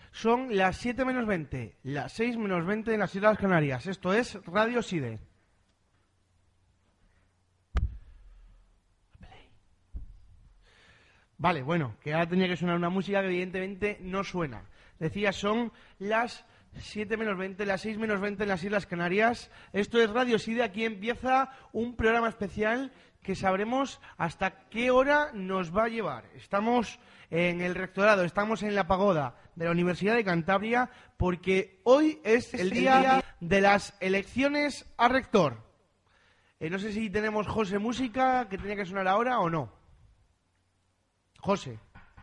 Son las 7 menos 20, las 6 menos 20 en las Islas Canarias. Esto es Radio SIDE. Vale, bueno, que ahora tenía que sonar una música que evidentemente no suena. Decía, son las 7 menos 20, las 6 menos 20 en las Islas Canarias. Esto es Radio SIDE. Aquí empieza un programa especial que sabremos hasta qué hora nos va a llevar. Estamos en el rectorado, estamos en la pagoda de la Universidad de Cantabria, porque hoy es el día de las elecciones a rector. No sé si tenemos, José, música que tenía que sonar ahora o no. José.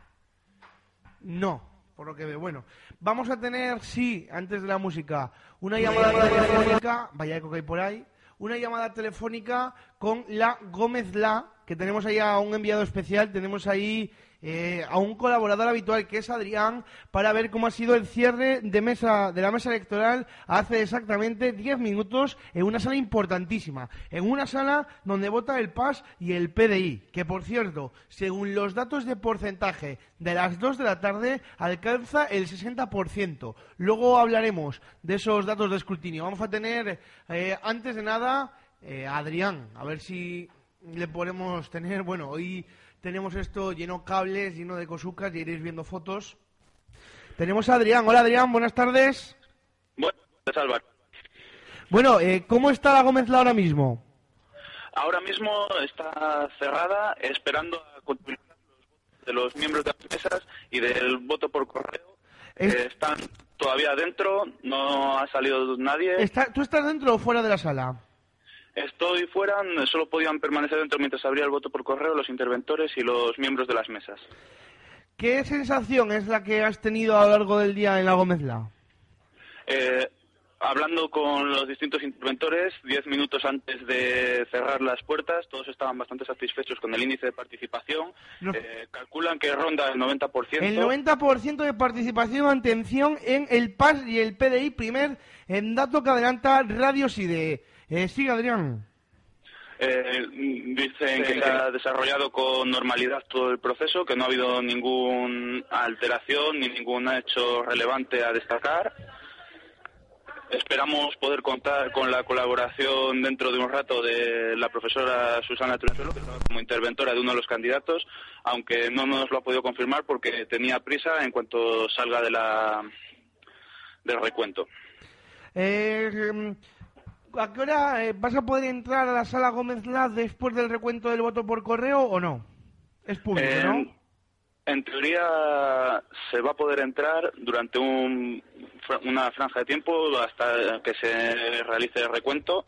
No, por lo que veo. Bueno, vamos a tener, sí, antes de la música, una llamada telefónica, vaya eco que hay por ahí, una llamada telefónica con la Gómez La, que tenemos ahí a un enviado especial, tenemos ahí a un colaborador habitual que es Adrián, para ver cómo ha sido el cierre de la mesa electoral hace exactamente 10 minutos en una sala importantísima, en una sala donde vota el PAS y el PDI, que por cierto, según los datos de porcentaje de las 2 de la tarde, alcanza el 60%. Luego hablaremos de esos datos de escrutinio. Vamos a tener, antes de nada, a Adrián, a ver si le podemos tener, bueno, hoy tenemos esto lleno de cables, lleno de cosucas, y iréis viendo fotos. Tenemos a Adrián. Hola, Adrián, buenas tardes. Buenas tardes, Álvaro. Bueno, ¿cómo está la Gómez La ahora mismo? Ahora mismo está cerrada, esperando a contabilizar los votos de los miembros de las mesas y del voto por correo. Están todavía dentro, no ha salido nadie. ¿Tú estás dentro o fuera de la sala? Estoy fuera, solo podían permanecer dentro mientras abría el voto por correo los interventores y los miembros de las mesas. ¿Qué sensación es la que has tenido a lo largo del día en la Gómez La? Hablando con los distintos interventores, 10 minutos antes de cerrar las puertas, todos estaban bastante satisfechos con el índice de participación. Calculan que ronda el 90%. El 90% de participación, atención, en el PAS y el PDI, primer dato que adelanta Radio SIDE. Sigue, Adrián. Dicen que se ha desarrollado con normalidad todo el proceso, que no ha habido ninguna alteración ni ningún hecho relevante a destacar. Esperamos poder contar con la colaboración dentro de un rato de la profesora Susana Truchuelo, que estaba como interventora de uno de los candidatos, aunque no nos lo ha podido confirmar porque tenía prisa en cuanto salga del recuento. ¿A qué hora vas a poder entrar a la sala Gómez La después del recuento del voto por correo o no? Es público, ¿no? En teoría se va a poder entrar durante una franja de tiempo hasta que se realice el recuento,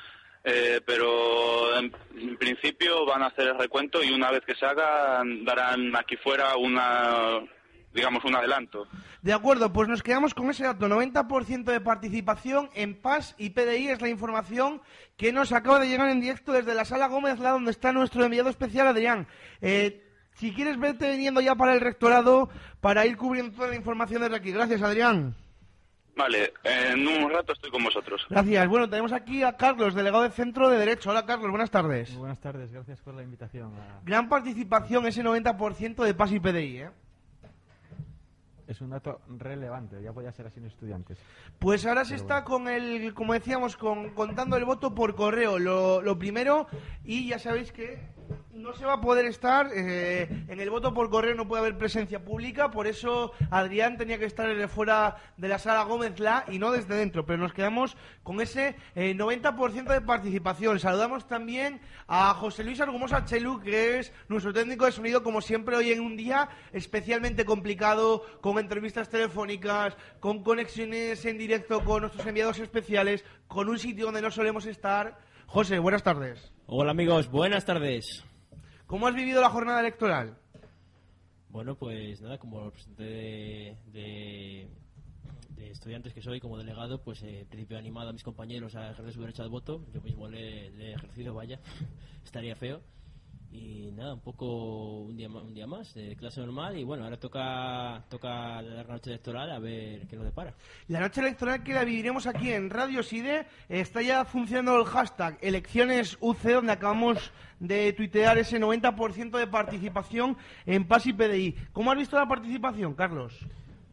pero en principio van a hacer el recuento y una vez que se haga darán aquí fuera un adelanto. De acuerdo, pues nos quedamos con ese dato, 90% de participación en PAS y PDI, es la información que nos acaba de llegar en directo desde la sala Gómez La, donde está nuestro enviado especial, Adrián. Si quieres, vete viniendo ya para el rectorado para ir cubriendo toda la información desde aquí. Gracias, Adrián. Vale, en un rato estoy con vosotros. Gracias. Bueno, tenemos aquí a Carlos, delegado del Centro de Derecho. Hola, Carlos, buenas tardes. Muy buenas tardes, gracias por la invitación. Gran participación, ese 90% de PAS y PDI, ¿eh? Es un dato relevante, ya podía ser así en estudiantes. Pues ahora se está con como decíamos, contando el voto por correo, lo primero, y ya sabéis que no se va a poder estar, en el voto por correo no puede haber presencia pública, por eso Adrián tenía que estar desde fuera de la sala Gómez La y no desde dentro, pero nos quedamos con ese 90% de participación. Saludamos también a José Luis Argumosa Chelu, que es nuestro técnico de sonido, como siempre hoy en un día especialmente complicado, con entrevistas telefónicas, con conexiones en directo con nuestros enviados especiales, con un sitio donde no solemos estar. José, buenas tardes. Hola amigos, buenas tardes. ¿Cómo has vivido la jornada electoral? Bueno, pues nada, como representante de estudiantes que soy, como delegado, pues en principio he animado a mis compañeros a ejercer su derecho al voto. Yo mismo le he ejercido, vaya, estaría feo. Y nada, un poco un día más de clase normal y bueno, ahora toca la noche electoral a ver qué nos depara. La noche electoral que la viviremos aquí en Radio SIDE, está ya funcionando el hashtag elecciones UC, donde acabamos de tuitear ese 90% de participación en PAS y PDI. ¿Cómo has visto la participación, Carlos?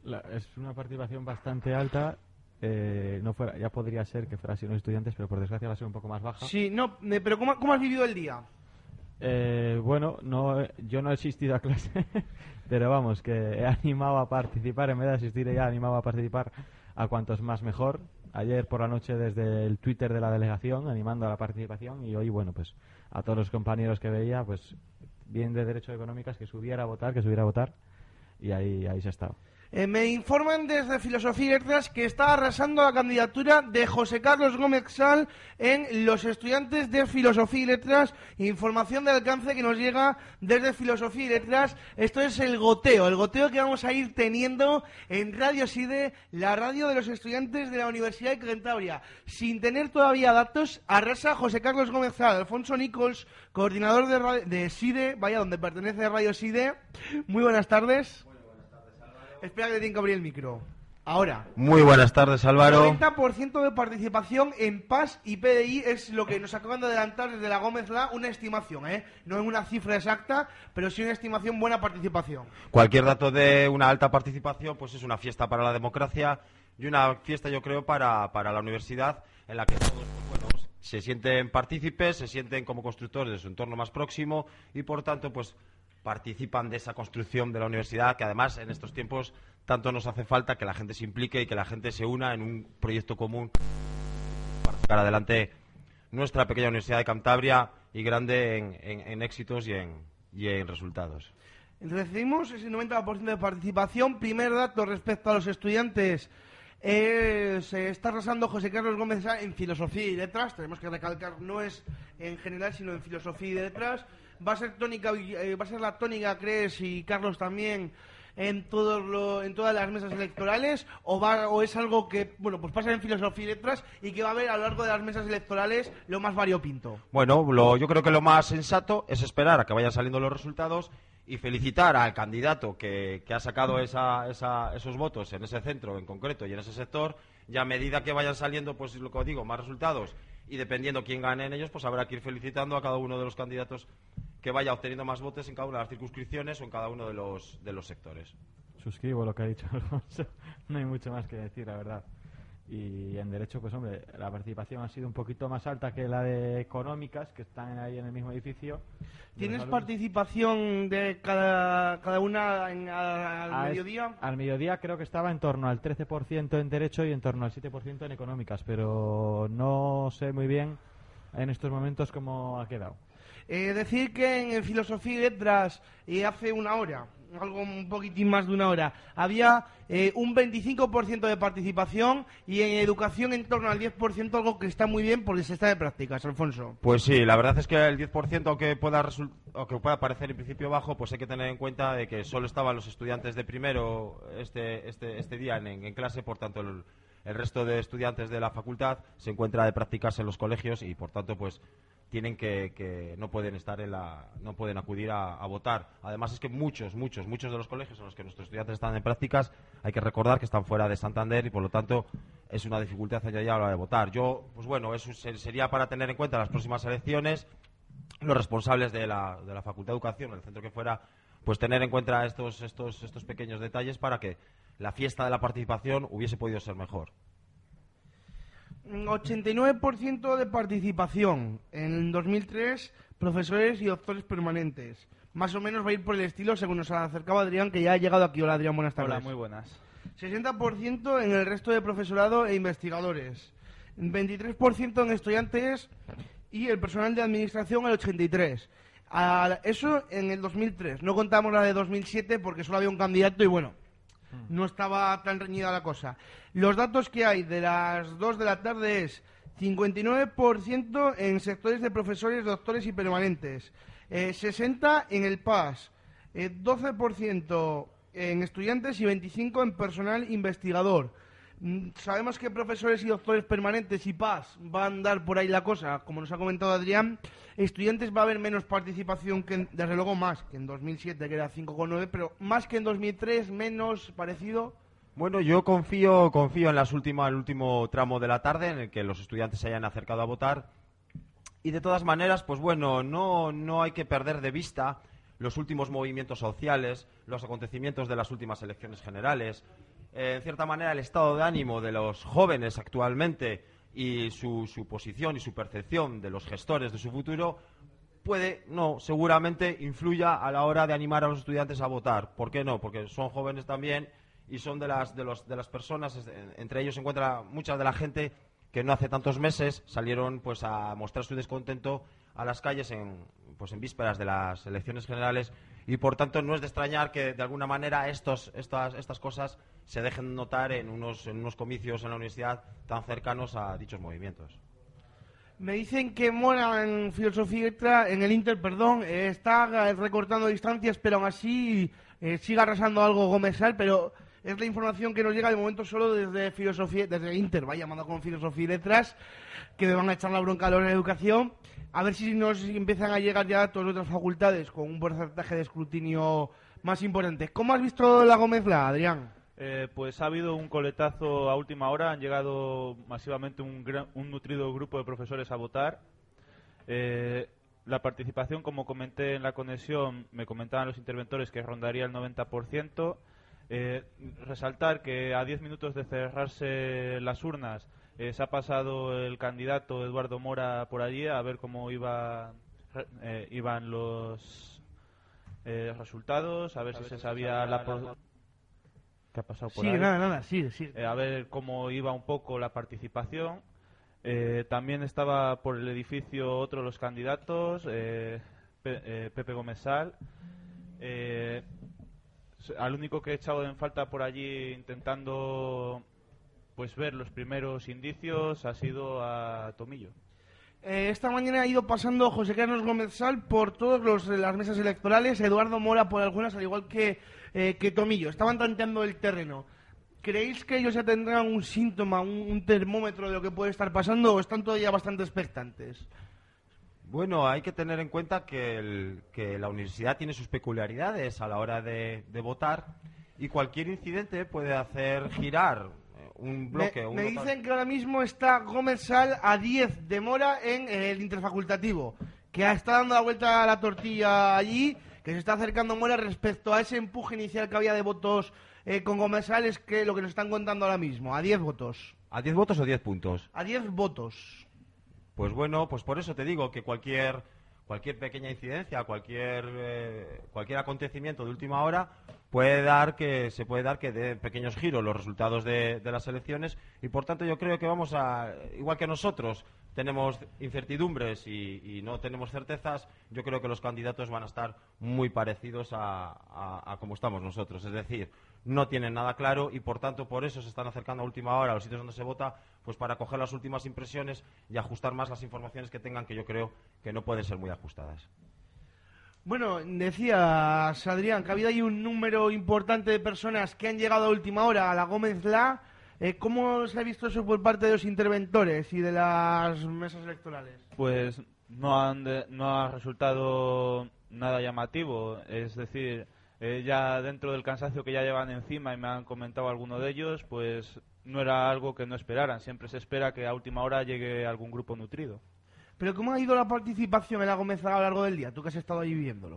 Es una participación bastante alta. No fuera, ya podría ser que fuera así los estudiantes, pero por desgracia va a ser un poco más baja. Sí, no, pero ¿cómo has vivido el día? Bueno, yo no he asistido a clase, pero vamos, que he animado a participar, en vez de asistir he animado a participar a cuantos más mejor. Ayer por la noche desde el Twitter de la delegación animando a la participación, y hoy, bueno, pues a todos los compañeros que veía, pues bien de Derecho Económicas, que subiera a votar, y ahí se ha estado. Me informan desde Filosofía y Letras que está arrasando la candidatura de José Carlos Gómez Sal en los estudiantes de Filosofía y Letras. Información de alcance que nos llega desde Filosofía y Letras. Esto es el goteo que vamos a ir teniendo en Radio SIDE, la radio de los estudiantes de la Universidad de Cantabria. Sin tener todavía datos, arrasa José Carlos Gómez Sal. Alfonso Nichols, coordinador de SIDE, vaya, donde pertenece Radio SIDE. Muy buenas tardes. Espera que le tienen que abrir el micro. Ahora. Muy buenas tardes, Álvaro. 90% de participación en PAS y PDI es lo que nos acaban de adelantar desde la Gómez La, una estimación, ¿eh? No es una cifra exacta, pero sí una estimación, buena participación. Cualquier dato de una alta participación pues es una fiesta para la democracia y una fiesta, yo creo, para la universidad, en la que todos pues, se sienten partícipes, se sienten como constructores de su entorno más próximo y, por tanto, pues participan de esa construcción de la universidad, que además en estos tiempos tanto nos hace falta que la gente se implique y que la gente se una en un proyecto común para sacar adelante nuestra pequeña Universidad de Cantabria y grande en éxitos y en resultados. Recibimos ese 90% de participación. Primer dato respecto a los estudiantes. Se está arrasando José Carlos Gómez en Filosofía y Letras. Tenemos que recalcar, no es en general, sino en Filosofía y Letras. Va a ser la tónica, ¿crees? Y Carlos también en todas las mesas electorales, o es algo que, bueno, pues pasa en Filosofía y Letras y que va a haber a lo largo de las mesas electorales lo más variopinto. Bueno, yo creo que lo más sensato es esperar a que vayan saliendo los resultados y felicitar al candidato que ha sacado esos votos en ese centro en concreto y en ese sector, y a medida que vayan saliendo, pues lo que digo, más resultados, y dependiendo quién gane en ellos, pues habrá que ir felicitando a cada uno de los candidatos que vaya obteniendo más votos en cada una de las circunscripciones o en cada uno de los sectores. Suscribo lo que ha dicho Alfonso, no hay mucho más que decir, la verdad. Y en Derecho, pues hombre, la participación ha sido un poquito más alta que la de Económicas, que están ahí en el mismo edificio. ¿Tienes participación de cada una al mediodía? Al mediodía creo que estaba en torno al 13% en Derecho y en torno al 7% en Económicas, pero no sé muy bien en estos momentos cómo ha quedado. Decir que en Filosofía y Letras hace una hora, algo un poquitín más de una hora, había un 25% de participación, y en Educación en torno al 10%, algo que está muy bien porque se está de prácticas, Alfonso. Pues sí, la verdad es que el 10%, aunque pueda parecer en principio bajo, pues hay que tener en cuenta de que solo estaban los estudiantes de primero este día en clase, por tanto el resto de estudiantes de la facultad se encuentra de prácticas en los colegios y, por tanto, pues tienen que no pueden estar no pueden acudir a votar. Además es que muchos de los colegios en los que nuestros estudiantes están en prácticas, hay que recordar que están fuera de Santander y, por lo tanto, es una dificultad añadida a la hora de votar. Yo, pues bueno, eso sería para tener en cuenta las próximas elecciones, los responsables de la Facultad de Educación, el centro que fuera, pues tener en cuenta estos pequeños detalles para que la fiesta de la participación hubiese podido ser mejor. 89% de participación. En 2003, profesores y doctores permanentes. Más o menos va a ir por el estilo según nos acercaba Adrián, que ya ha llegado aquí. Hola, Adrián, buenas tardes. Hola, muy buenas. 60% en el resto de profesorado e investigadores. 23% en estudiantes y el personal de administración el 83%. Eso en el 2003. No contamos la de 2007 porque solo había un candidato y bueno, no estaba tan reñida la cosa. Los datos que hay de las 2 de la tarde es 59% en sectores de profesores, doctores y permanentes, 60% en el PAS, 12% en estudiantes y 25% en personal investigador. Sabemos que profesores y doctores permanentes y PAS va a andar por ahí la cosa, como nos ha comentado Adrián. Estudiantes va a haber menos participación, desde luego más que en 2007, que era 5,9, pero más que en 2003, menos, parecido. Bueno, yo confío en el último tramo de la tarde en el que los estudiantes se hayan acercado a votar. Y de todas maneras, pues bueno, no hay que perder de vista los últimos movimientos sociales, los acontecimientos de las últimas elecciones generales, en cierta manera, el estado de ánimo de los jóvenes actualmente y su posición y su percepción de los gestores de su futuro, seguramente influya a la hora de animar a los estudiantes a votar. ¿Por qué no? Porque son jóvenes también y son de las personas, entre ellos se encuentra mucha de la gente que no hace tantos meses salieron pues a mostrar su descontento a las calles en vísperas de las elecciones generales, y por tanto no es de extrañar que de alguna manera estas cosas se dejen notar en unos comicios en la universidad tan cercanos a dichos movimientos. Me dicen que Mora en Filosofía y Letras, en el Inter, perdón, está recortando distancias, pero aún así sigue arrasando algo Gómez Sal, pero es la información que nos llega de momento solo desde Inter, vaya, mandado con Filosofía y Letras, que me van a echar la bronca a la educación. A ver si nos empiezan a llegar ya datos de otras facultades con un porcentaje de escrutinio más importante. ¿Cómo has visto la Gómez La, Adrián? Pues ha habido un coletazo a última hora, han llegado masivamente un nutrido grupo de profesores a votar. La participación, como comenté en la conexión, me comentaban los interventores que rondaría el 90%. Resaltar que a 10 minutos de cerrarse las urnas se ha pasado el candidato Eduardo Mora por allí a ver cómo iban los resultados, a ver si se sabía ¿Qué ha pasado por ahí? Nada, sí. A ver cómo iba un poco la participación. También estaba por el edificio otro de los candidatos, Pepe Gómez Sal. Al único que he echado en falta por allí intentando pues ver los primeros indicios ha sido a Tomillo. Esta mañana ha ido pasando José Carlos Gómez Sal por todas las mesas electorales, Eduardo Mora por algunas, al igual que Tomillo. Estaban tanteando el terreno. ¿Creéis que ellos ya tendrán un síntoma, un termómetro de lo que puede estar pasando, o están todavía bastante expectantes? Bueno, hay que tener en cuenta que la universidad tiene sus peculiaridades a la hora de votar, y cualquier incidente puede hacer girar un bloque. Me dicen que ahora mismo está Gómez Sal a 10 de Mora en el interfacultativo, que está dando la vuelta a la tortilla allí, que se está acercando Mora respecto a ese empuje inicial que había de votos con Gómez Sal, es que lo que nos están contando ahora mismo, a 10 votos. ¿A 10 votos o 10 puntos? A 10 votos. Pues bueno, pues por eso te digo que cualquier pequeña incidencia, cualquier acontecimiento de última hora se puede dar que dé pequeños giros los resultados de las elecciones, y por tanto yo creo que igual que nosotros tenemos incertidumbres y no tenemos certezas, yo creo que los candidatos van a estar muy parecidos a como estamos nosotros, es decir, no tienen nada claro, y por tanto por eso se están acercando a última hora a los sitios donde se vota, pues para coger las últimas impresiones y ajustar más las informaciones que tengan, que yo creo que no pueden ser muy ajustadas. Bueno, decías, Adrián, que ha habido ahí un número importante de personas que han llegado a última hora a la Gómez La. ¿Cómo se ha visto eso por parte de los interventores y de las mesas electorales? Pues no ha resultado nada llamativo, es decir, ya dentro del cansancio que ya llevan encima, y me han comentado alguno de ellos, pues no era algo que no esperaran. Siempre se espera que a última hora llegue algún grupo nutrido. ¿Pero cómo ha ido la participación en la Gómez a lo largo del día? Tú que has estado ahí viviéndolo.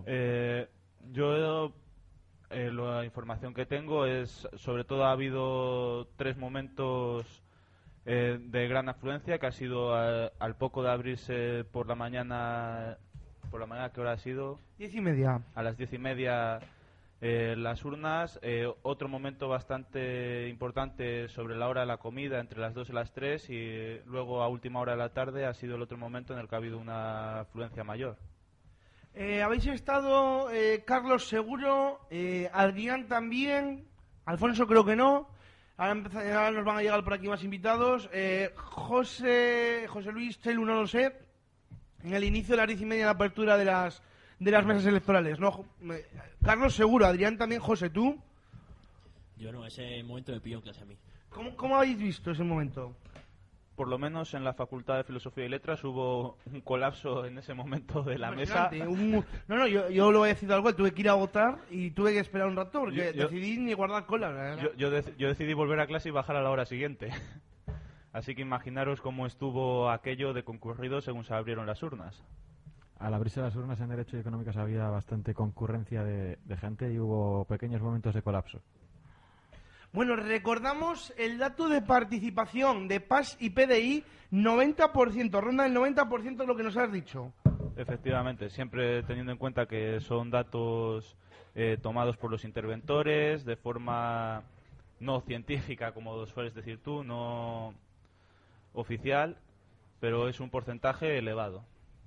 La información que tengo es, sobre todo ha habido 3 momentos de gran afluencia, que ha sido al poco de abrirse por la mañana, ¿qué hora ha sido? 10:30. A las 10:30 las urnas. Otro momento bastante importante sobre la hora de la comida, entre las 2 y las 3, y luego a última hora de la tarde ha sido el otro momento en el que ha habido una afluencia mayor. Habéis estado, Carlos seguro, Adrián también, Alfonso creo que no. Ahora nos van a llegar por aquí más invitados. José Luis Chelu no lo sé. En el inicio de las 10:30 de la apertura de las mesas electorales, ¿no? Carlos seguro, Adrián también, José, ¿tú? Yo no, ese momento me pilló en clase a mí. ¿Cómo habéis visto ese momento? Por lo menos en la Facultad de Filosofía y Letras hubo un colapso en ese momento de la mesa. Yo lo he decidido algo, tuve que ir a votar y tuve que esperar un rato porque decidí ni guardar cola. Yo decidí volver a clase y bajar a la hora siguiente. Así que imaginaros cómo estuvo aquello de concurrido según se abrieron las urnas. Al abrirse las urnas en Derecho y Económicas había bastante concurrencia de gente y hubo pequeños momentos de colapso. Bueno, recordamos el dato de participación de PAS y PDI, 90%, ronda el 90% de lo que nos has dicho. Efectivamente, siempre teniendo en cuenta que son datos tomados por los interventores de forma no científica, como sueles decir tú, no oficial, pero es un porcentaje elevado.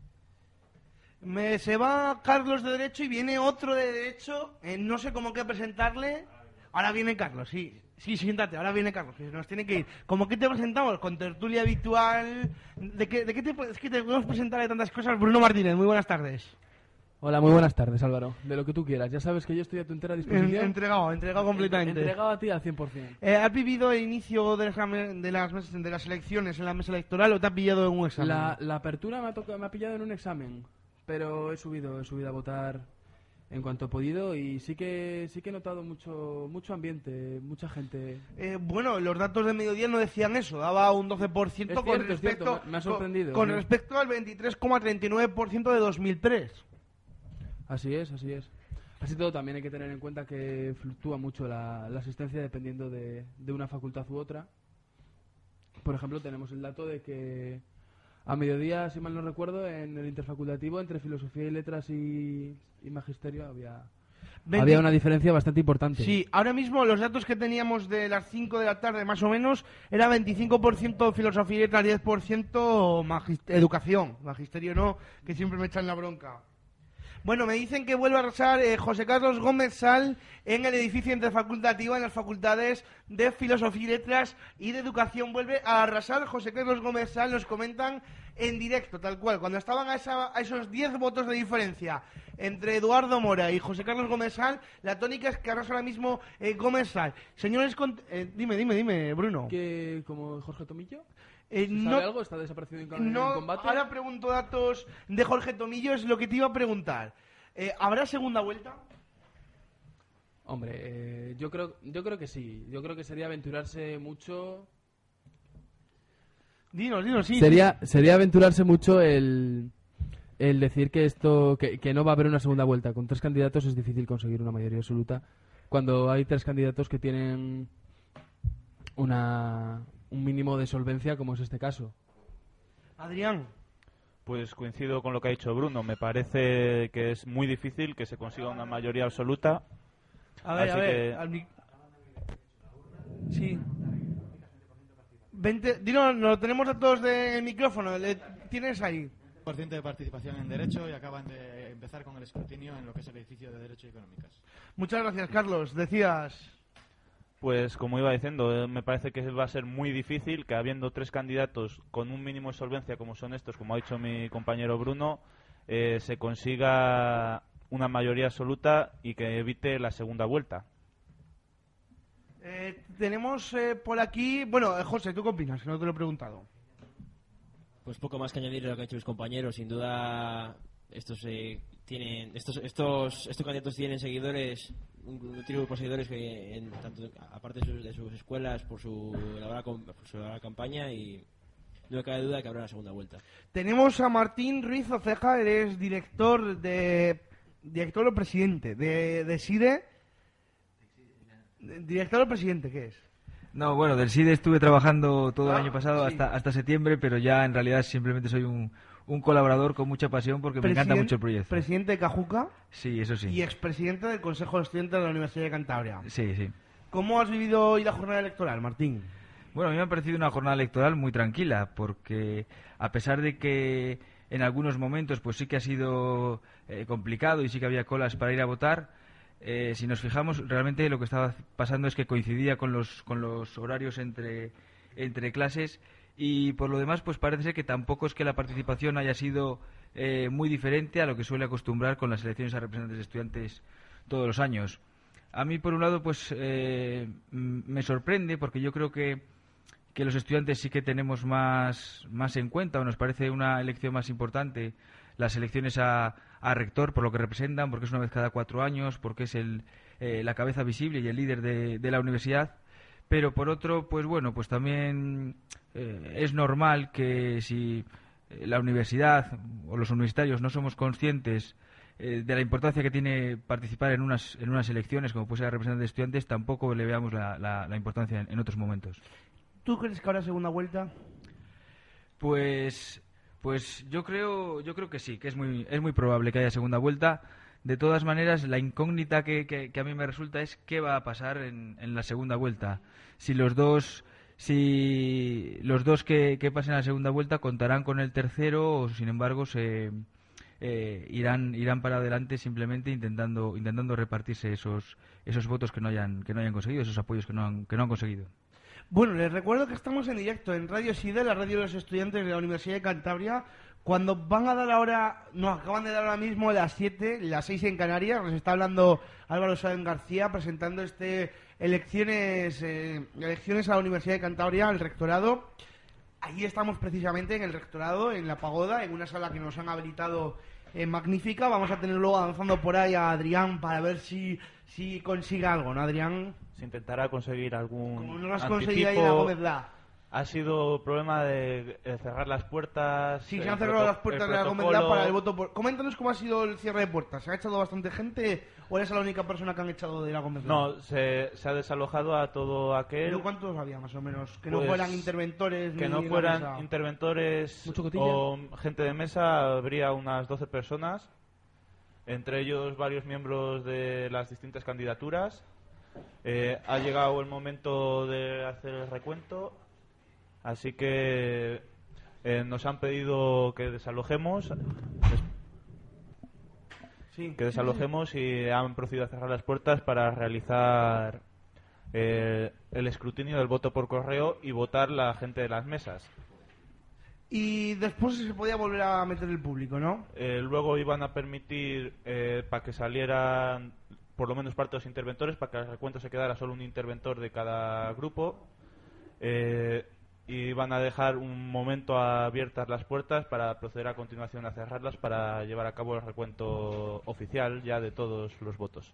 Se va Carlos de Derecho y viene otro de Derecho, no sé cómo que presentarle. Ahora viene Carlos, sí, siéntate, ahora viene Carlos, que nos tiene que ir. ¿Cómo que te presentamos? Con tertulia habitual. ¿De qué es que te podemos presentar de tantas cosas? Bruno Martínez, muy buenas tardes. Hola, muy buenas tardes, Álvaro. De lo que tú quieras. Ya sabes que yo estoy a tu entera disposición. Entregado completamente. Entregado a ti al 100%. ¿Has vivido el inicio de las elecciones en la mesa electoral o te has pillado en un examen? La apertura me ha pillado en un examen, pero he subido a votar en cuanto he podido y sí que he notado mucho ambiente, mucha gente. Bueno, los datos de mediodía no decían eso, daba un 12% con respecto, es cierto, me ha sorprendido. Con respecto al 23,39% de 2003. Así es. Así todo, también hay que tener en cuenta que fluctúa mucho la asistencia dependiendo de una facultad u otra. Por ejemplo, tenemos el dato de que a mediodía, si mal no recuerdo, en el interfacultativo entre filosofía y letras y magisterio había una diferencia bastante importante. Sí, ahora mismo los datos que teníamos de las 5 de la tarde más o menos era 25% filosofía y letras, 10% educación. Magisterio no, que siempre me echan la bronca. Bueno, me dicen que vuelve a arrasar José Carlos Gómez Sal en el edificio interfacultativo en las facultades de Filosofía y Letras y de Educación. Vuelve a arrasar José Carlos Gómez Sal, nos comentan en directo, tal cual. Cuando estaban a esos 10 votos de diferencia entre Eduardo Mora y José Carlos Gómez Sal, la tónica es que arrasa ahora mismo Gómez Sal. Señores, dime, Bruno. ¿Que como Jorge Tomillo? ¿Sabe algo? ¿Está desaparecido en combate? Ahora pregunto datos de Jorge Tomillo, es lo que te iba a preguntar. ¿Habrá segunda vuelta? Hombre, yo creo que sí. Yo creo que sería aventurarse mucho. Dinos, sí. Sería aventurarse mucho el decir que no va a haber una segunda vuelta. Con 3 candidatos es difícil conseguir una mayoría absoluta. Cuando hay 3 candidatos que tienen un mínimo de solvencia, como es este caso. Adrián. Pues coincido con lo que ha dicho Bruno. Me parece que es muy difícil que se consiga una mayoría absoluta. A ver. Sí. 20, dinos, no tenemos datos del micrófono. ¿Tienes ahí? % de participación en Derecho y acaban de empezar con el escrutinio en lo que es el edificio de Derecho y Económicas. Muchas gracias, Carlos. Decías... Pues como iba diciendo, me parece que va a ser muy difícil que habiendo 3 candidatos con un mínimo de solvencia como son estos, como ha dicho mi compañero Bruno, se consiga una mayoría absoluta y que evite la segunda vuelta. Tenemos por aquí... Bueno, José, ¿tú qué opinas? No te lo he preguntado. Pues poco más que añadir a lo que han hecho mis compañeros. Sin duda, estos candidatos tienen seguidores, un trío de seguidores que, tanto aparte de sus escuelas, por su elaborada campaña, y no me cabe duda que habrá una segunda vuelta. Tenemos a Martín Ruiz Oceja, eres director o presidente de SIDE. ¿Director o presidente qué es? No, bueno, del SIDE estuve trabajando todo el año pasado sí. hasta septiembre, pero ya en realidad simplemente soy un colaborador con mucha pasión porque me encanta mucho el proyecto. ¿Presidente de Cajuca? Sí, eso sí. Y expresidente del Consejo de Estudiantes de la Universidad de Cantabria. Sí. ¿Cómo has vivido hoy la jornada electoral, Martín? Bueno, a mí me ha parecido una jornada electoral muy tranquila, porque a pesar de que en algunos momentos pues sí que ha sido complicado y sí que había colas para ir a votar, si nos fijamos, realmente lo que estaba pasando es que coincidía con los horarios entre clases, y por lo demás pues parece ser que tampoco es que la participación haya sido muy diferente a lo que suele acostumbrar con las elecciones a representantes de estudiantes todos los años. A mí, por un lado, pues me sorprende, porque yo creo que los estudiantes sí que tenemos más en cuenta, o nos parece una elección más importante, las elecciones a rector, por lo que representan, porque es una vez cada 4 años, porque es la cabeza visible y el líder de la universidad. Pero por otro, pues bueno, pues también es normal que si la universidad o los universitarios no somos conscientes de la importancia que tiene participar en unas elecciones, como puede ser la representación de estudiantes, tampoco le veamos la importancia en otros momentos. ¿Tú crees que habrá segunda vuelta? Pues yo creo que sí, que es muy probable que haya segunda vuelta. De todas maneras, la incógnita que a mí me resulta es qué va a pasar en la segunda vuelta. Si los dos que pasen a la segunda vuelta contarán con el tercero, o sin embargo irán para adelante simplemente intentando repartirse esos votos que no hayan conseguido, esos apoyos que no han conseguido. Bueno, les recuerdo que estamos en directo en Radio SIDE, la radio de los estudiantes de la Universidad de Cantabria. Cuando van a dar ahora, nos acaban de dar ahora mismo las 7, las 6 en Canarias, nos está hablando Álvaro Sáenz García presentando elecciones a la Universidad de Cantabria, al rectorado. Allí estamos precisamente en el rectorado, en la pagoda, en una sala que nos han habilitado magnífica. Vamos a tener luego avanzando por ahí a Adrián para ver si consigue algo, ¿no, Adrián? Se intentará conseguir algún Como no lo has conseguido ahí en la Gómez La. Ha sido problema de cerrar las puertas. Sí, se han cerrado las puertas de la Gómez La para el voto por... Coméntanos cómo ha sido el cierre de puertas. ¿Se ha echado bastante gente o eres la única persona que han echado de la Gómez La? No, se ha desalojado a todo aquel... ¿Pero cuántos había, más o menos? Que no fueran interventores... Que no fueran interventores o gente de mesa, habría unas 12 personas, entre ellos varios miembros de las distintas candidaturas. Ha llegado el momento de hacer el recuento, así que nos han pedido que desalojemos y han procedido a cerrar las puertas para realizar el escrutinio del voto por correo y votar la gente de las mesas. Y después se podía volver a meter el público, ¿no? Luego iban a permitir para que salieran por lo menos parte de los interventores, para que al recuento se quedara solo un interventor de cada grupo, y van a dejar un momento abiertas las puertas para proceder a continuación a cerrarlas para llevar a cabo el recuento oficial ya de todos los votos.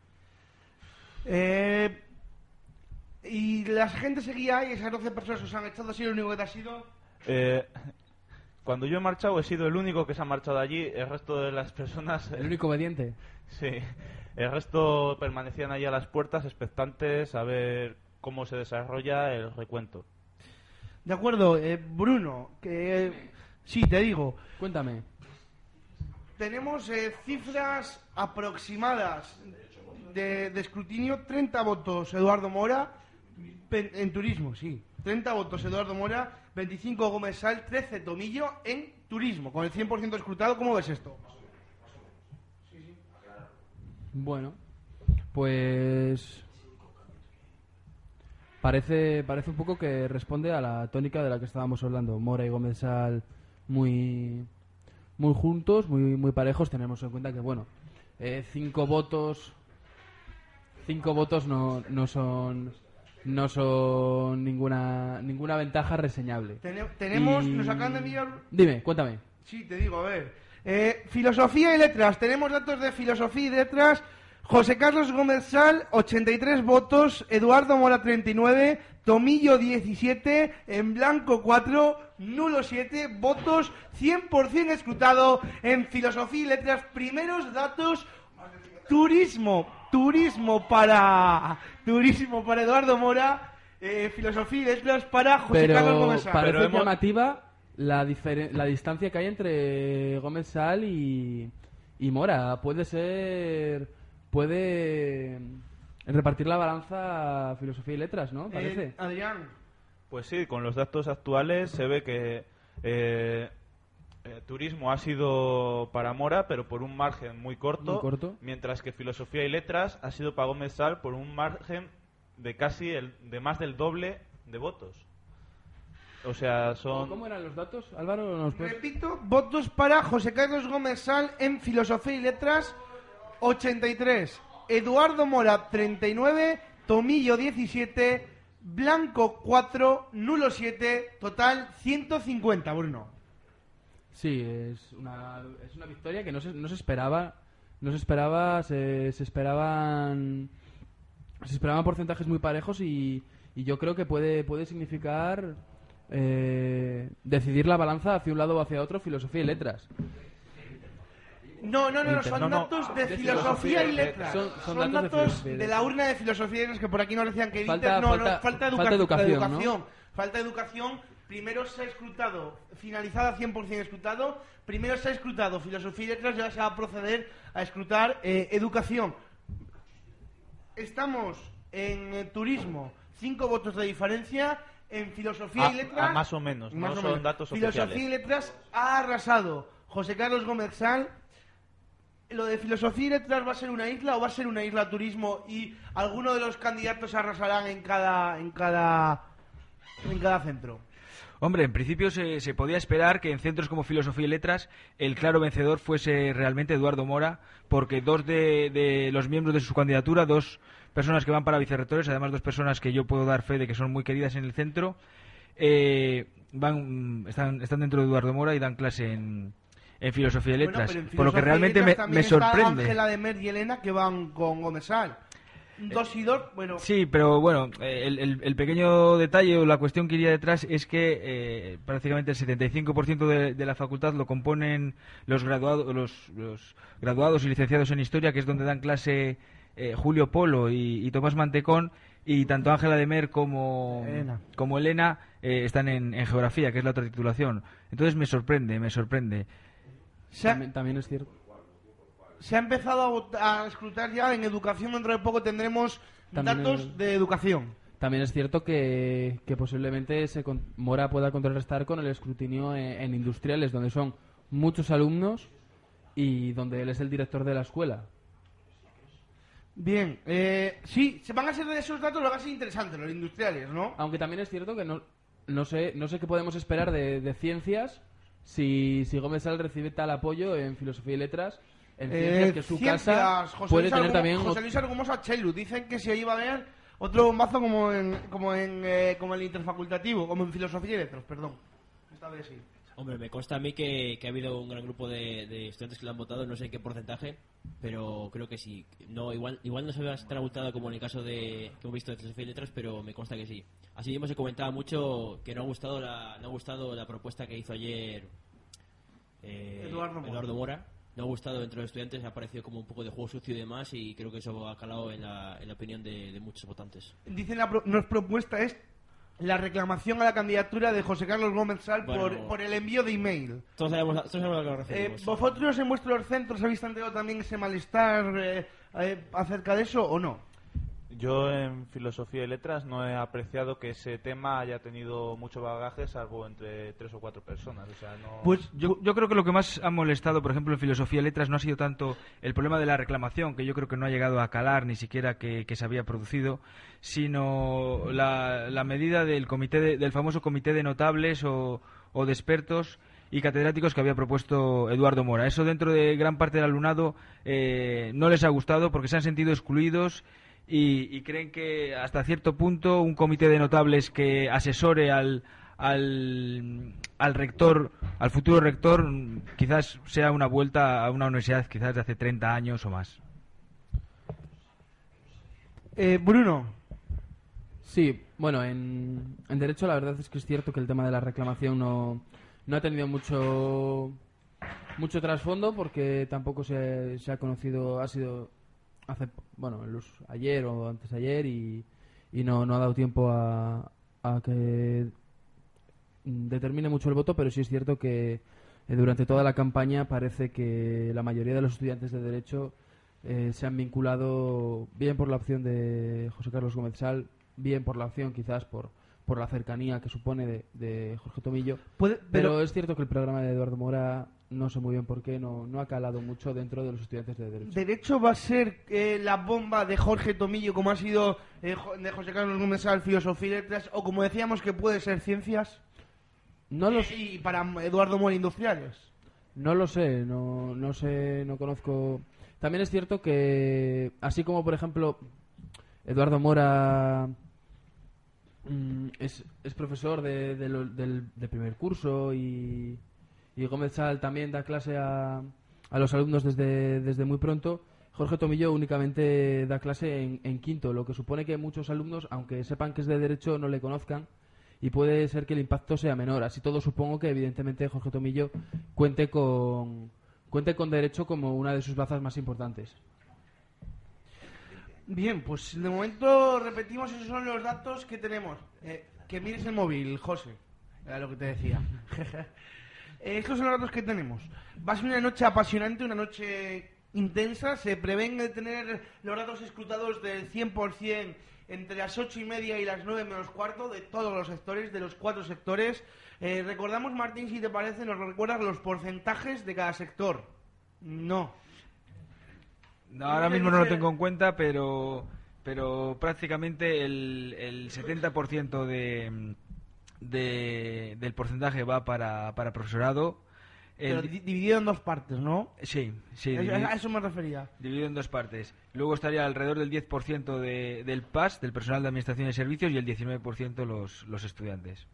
¿Y la gente seguía ahí? ¿Esas 12 personas os han echado? ¿Ha sido el único que te ha sido? Cuando yo he marchado he sido el único que se ha marchado de allí. El resto de las personas... ¿El único obediente? Sí. El resto permanecían allí a las puertas expectantes a ver cómo se desarrolla el recuento. De acuerdo, Bruno, que sí, te digo. Cuéntame. Tenemos cifras aproximadas de escrutinio: 30 votos Eduardo Mora, en turismo, sí. 30 votos Eduardo Mora, 25 Gómez Sal, 13 Tomillo en turismo, con el 100% escrutado. ¿Cómo ves esto? Bueno, pues parece un poco que responde a la tónica de la que estábamos hablando. Mora y Gómez Sal muy juntos, muy parejos. Tenemos en cuenta que, bueno, 5 votos no son ninguna ventaja reseñable. Tenemos, nos acaban de enviar... Dime, cuéntame. Sí, te digo, a ver. Filosofía y letras. Tenemos datos de filosofía y letras. José Carlos Gómez Sal, 83 votos. Eduardo Mora, 39. Tomillo, 17. En blanco, 4. Nulo, 7. Votos 100% escrutado en filosofía y letras. Primeros datos. Turismo para Eduardo Mora. Filosofía y letras para José Carlos Gómez Sal. Parece llamativa la distancia que hay entre Gómez Sal y Mora. Puede repartir la balanza filosofía y letras, ¿no? Parece. Adrián. Pues sí, con los datos actuales se ve que turismo ha sido para Mora, pero por un margen muy corto, mientras que filosofía y letras ha sido para Gómez Sal por un margen de de más del doble de votos. O sea, son... ¿Cómo eran los datos, Álvaro? Repito, votos para José Carlos Gómez Sal en filosofía y letras, 83. Eduardo Mora, 39. Tomillo, 17. Blanco, 4. Nulo, 7. Total, 150, Bruno. Sí, es una victoria que no se esperaba. Se esperaban porcentajes muy parejos y yo creo que puede significar decidir la balanza hacia un lado o hacia otro, filosofía y letras. No, son datos de filosofía y letras. Son datos de la urna de filosofía y letras que por aquí nos decían que Falta educación, ¿no? Falta educación. Primero se ha escrutado, finalizada 100% escrutado. Primero se ha escrutado filosofía y letras y ahora se va a proceder a escrutar educación. Estamos en turismo, 5 votos de diferencia. En filosofía y letras... más o menos, no son datos oficiales. Filosofía y letras ha arrasado José Carlos Gómez Sal. ¿Lo de filosofía y letras va a ser una isla o va a ser una isla turismo y alguno de los candidatos arrasarán en cada centro? Hombre, en principio se podía esperar que en centros como Filosofía y Letras el claro vencedor fuese realmente Eduardo Mora, porque 2 de los miembros de su candidatura, 2 personas que van para vicerrectores, además 2 personas que yo puedo dar fe de que son muy queridas en el centro, están dentro de Eduardo Mora y dan clase en Filosofía y Letras, por lo que realmente me sorprende. Ángela de Mer y Elena que van con Gómez Sal. 2 y 2, bueno. Sí, pero bueno, el pequeño detalle o la cuestión que iría detrás es que prácticamente el 75% de la facultad lo componen los graduados y licenciados en Historia, que es donde dan clase Julio Polo y Tomás Mantecón, y tanto Ángela de Mer como Elena están en Geografía, que es la otra titulación. Entonces me sorprende. También es cierto. Se ha empezado a escrutar ya en educación. Dentro de poco tendremos datos de educación. También es cierto que posiblemente Mora pueda contrarrestar con el escrutinio en industriales, donde son muchos alumnos y donde él es el director de la escuela. Bien, sí, van a ser de esos datos, lo que va a ser interesante, los industriales, ¿no? Aunque también es cierto que no sé qué podemos esperar de ciencias si Gómez Sal recibe tal apoyo en Filosofía y Letras. En ciencias, que su casa puede tener también... José Luis Argumosa Chelu, dicen que se iba a ver otro bombazo como en el interfacultativo, como en Filosofía y Letras, perdón. Esta vez sí. Hombre, me consta a mí que ha habido un gran grupo de estudiantes que lo han votado, no sé en qué porcentaje, pero creo que sí. No, igual no se ve tan abultado como en el caso que hemos visto de Filosofía y Letras, pero me consta que sí. Así mismo se comentaba mucho que no ha gustado la propuesta que hizo ayer Eduardo Mora. No ha gustado entre los estudiantes, ha parecido como un poco de juego sucio y demás, y creo que eso ha calado en la opinión de muchos votantes. Dicen nuestra propuesta es la reclamación a la candidatura de José Carlos Gómez Sal por el envío de email. Todos sabemos a lo que nos referimos. ¿Vosotros en vuestros centros habéis tanteado también ese malestar acerca de eso o no? Yo en Filosofía y Letras no he apreciado que ese tema haya tenido mucho bagaje, salvo entre 3 o 4 personas. O sea, no... Pues yo creo que lo que más ha molestado, por ejemplo, en Filosofía y Letras no ha sido tanto el problema de la reclamación, que yo creo que no ha llegado a calar ni siquiera que se había producido, sino la medida del del famoso comité de notables o de expertos y catedráticos que había propuesto Eduardo Mora. Eso dentro de gran parte del alumnado no les ha gustado porque se han sentido excluidos y creen que hasta cierto punto un comité de notables que asesore al rector, al futuro rector, quizás sea una vuelta a una universidad quizás de hace 30 años o más. Bruno. Sí, bueno, en Derecho la verdad es que es cierto que el tema de la reclamación no ha tenido mucho trasfondo porque tampoco se ha conocido, ha sido ayer o antes de ayer y no ha dado tiempo a que determine mucho el voto, pero sí es cierto que durante toda la campaña parece que la mayoría de los estudiantes de Derecho se han vinculado bien por la opción de José Carlos Gómez Sal, bien por la opción quizás por la cercanía que supone de Jorge Tomillo, pero es cierto que el programa de Eduardo Mora no sé muy bien por qué no ha calado mucho dentro de los estudiantes de Derecho. ¿Derecho va a ser la bomba de Jorge Tomillo como ha sido de José Carlos Gómez Sal, Filosofía y Letras, o como decíamos que puede ser Ciencias? Y para Eduardo Mora, Industriales. No lo sé, no sé, no conozco. También es cierto que así como por ejemplo Eduardo Mora es profesor del primer curso y Gómez Sal también da clase a los alumnos desde muy pronto, Jorge Tomillo únicamente da clase en quinto, lo que supone que muchos alumnos, aunque sepan que es de Derecho, no le conozcan y puede ser que el impacto sea menor. Así todo, supongo que evidentemente Jorge Tomillo cuente con cuente con derecho como una de sus plazas más importantes. Bien, pues de momento repetimos, esos son los datos que tenemos. Que mires el móvil, José. Era lo que te decía. Estos son los datos que tenemos. Va a ser una noche apasionante, una noche intensa. Se prevén tener los datos escrutados del 100% entre las 8:30 y las 9 menos cuarto de todos los sectores, de los 4 sectores. Recordamos, Martín, si te parece, nos recuerdas los porcentajes de cada sector. No, ahora mismo no lo tengo en cuenta, pero prácticamente el 70% del porcentaje va para profesorado. Pero dividido en 2 partes, ¿no? Sí. A eso me refería. Dividido en 2 partes. Luego estaría alrededor del 10% del PAS, del personal de administración y servicios, y el 19% los estudiantes.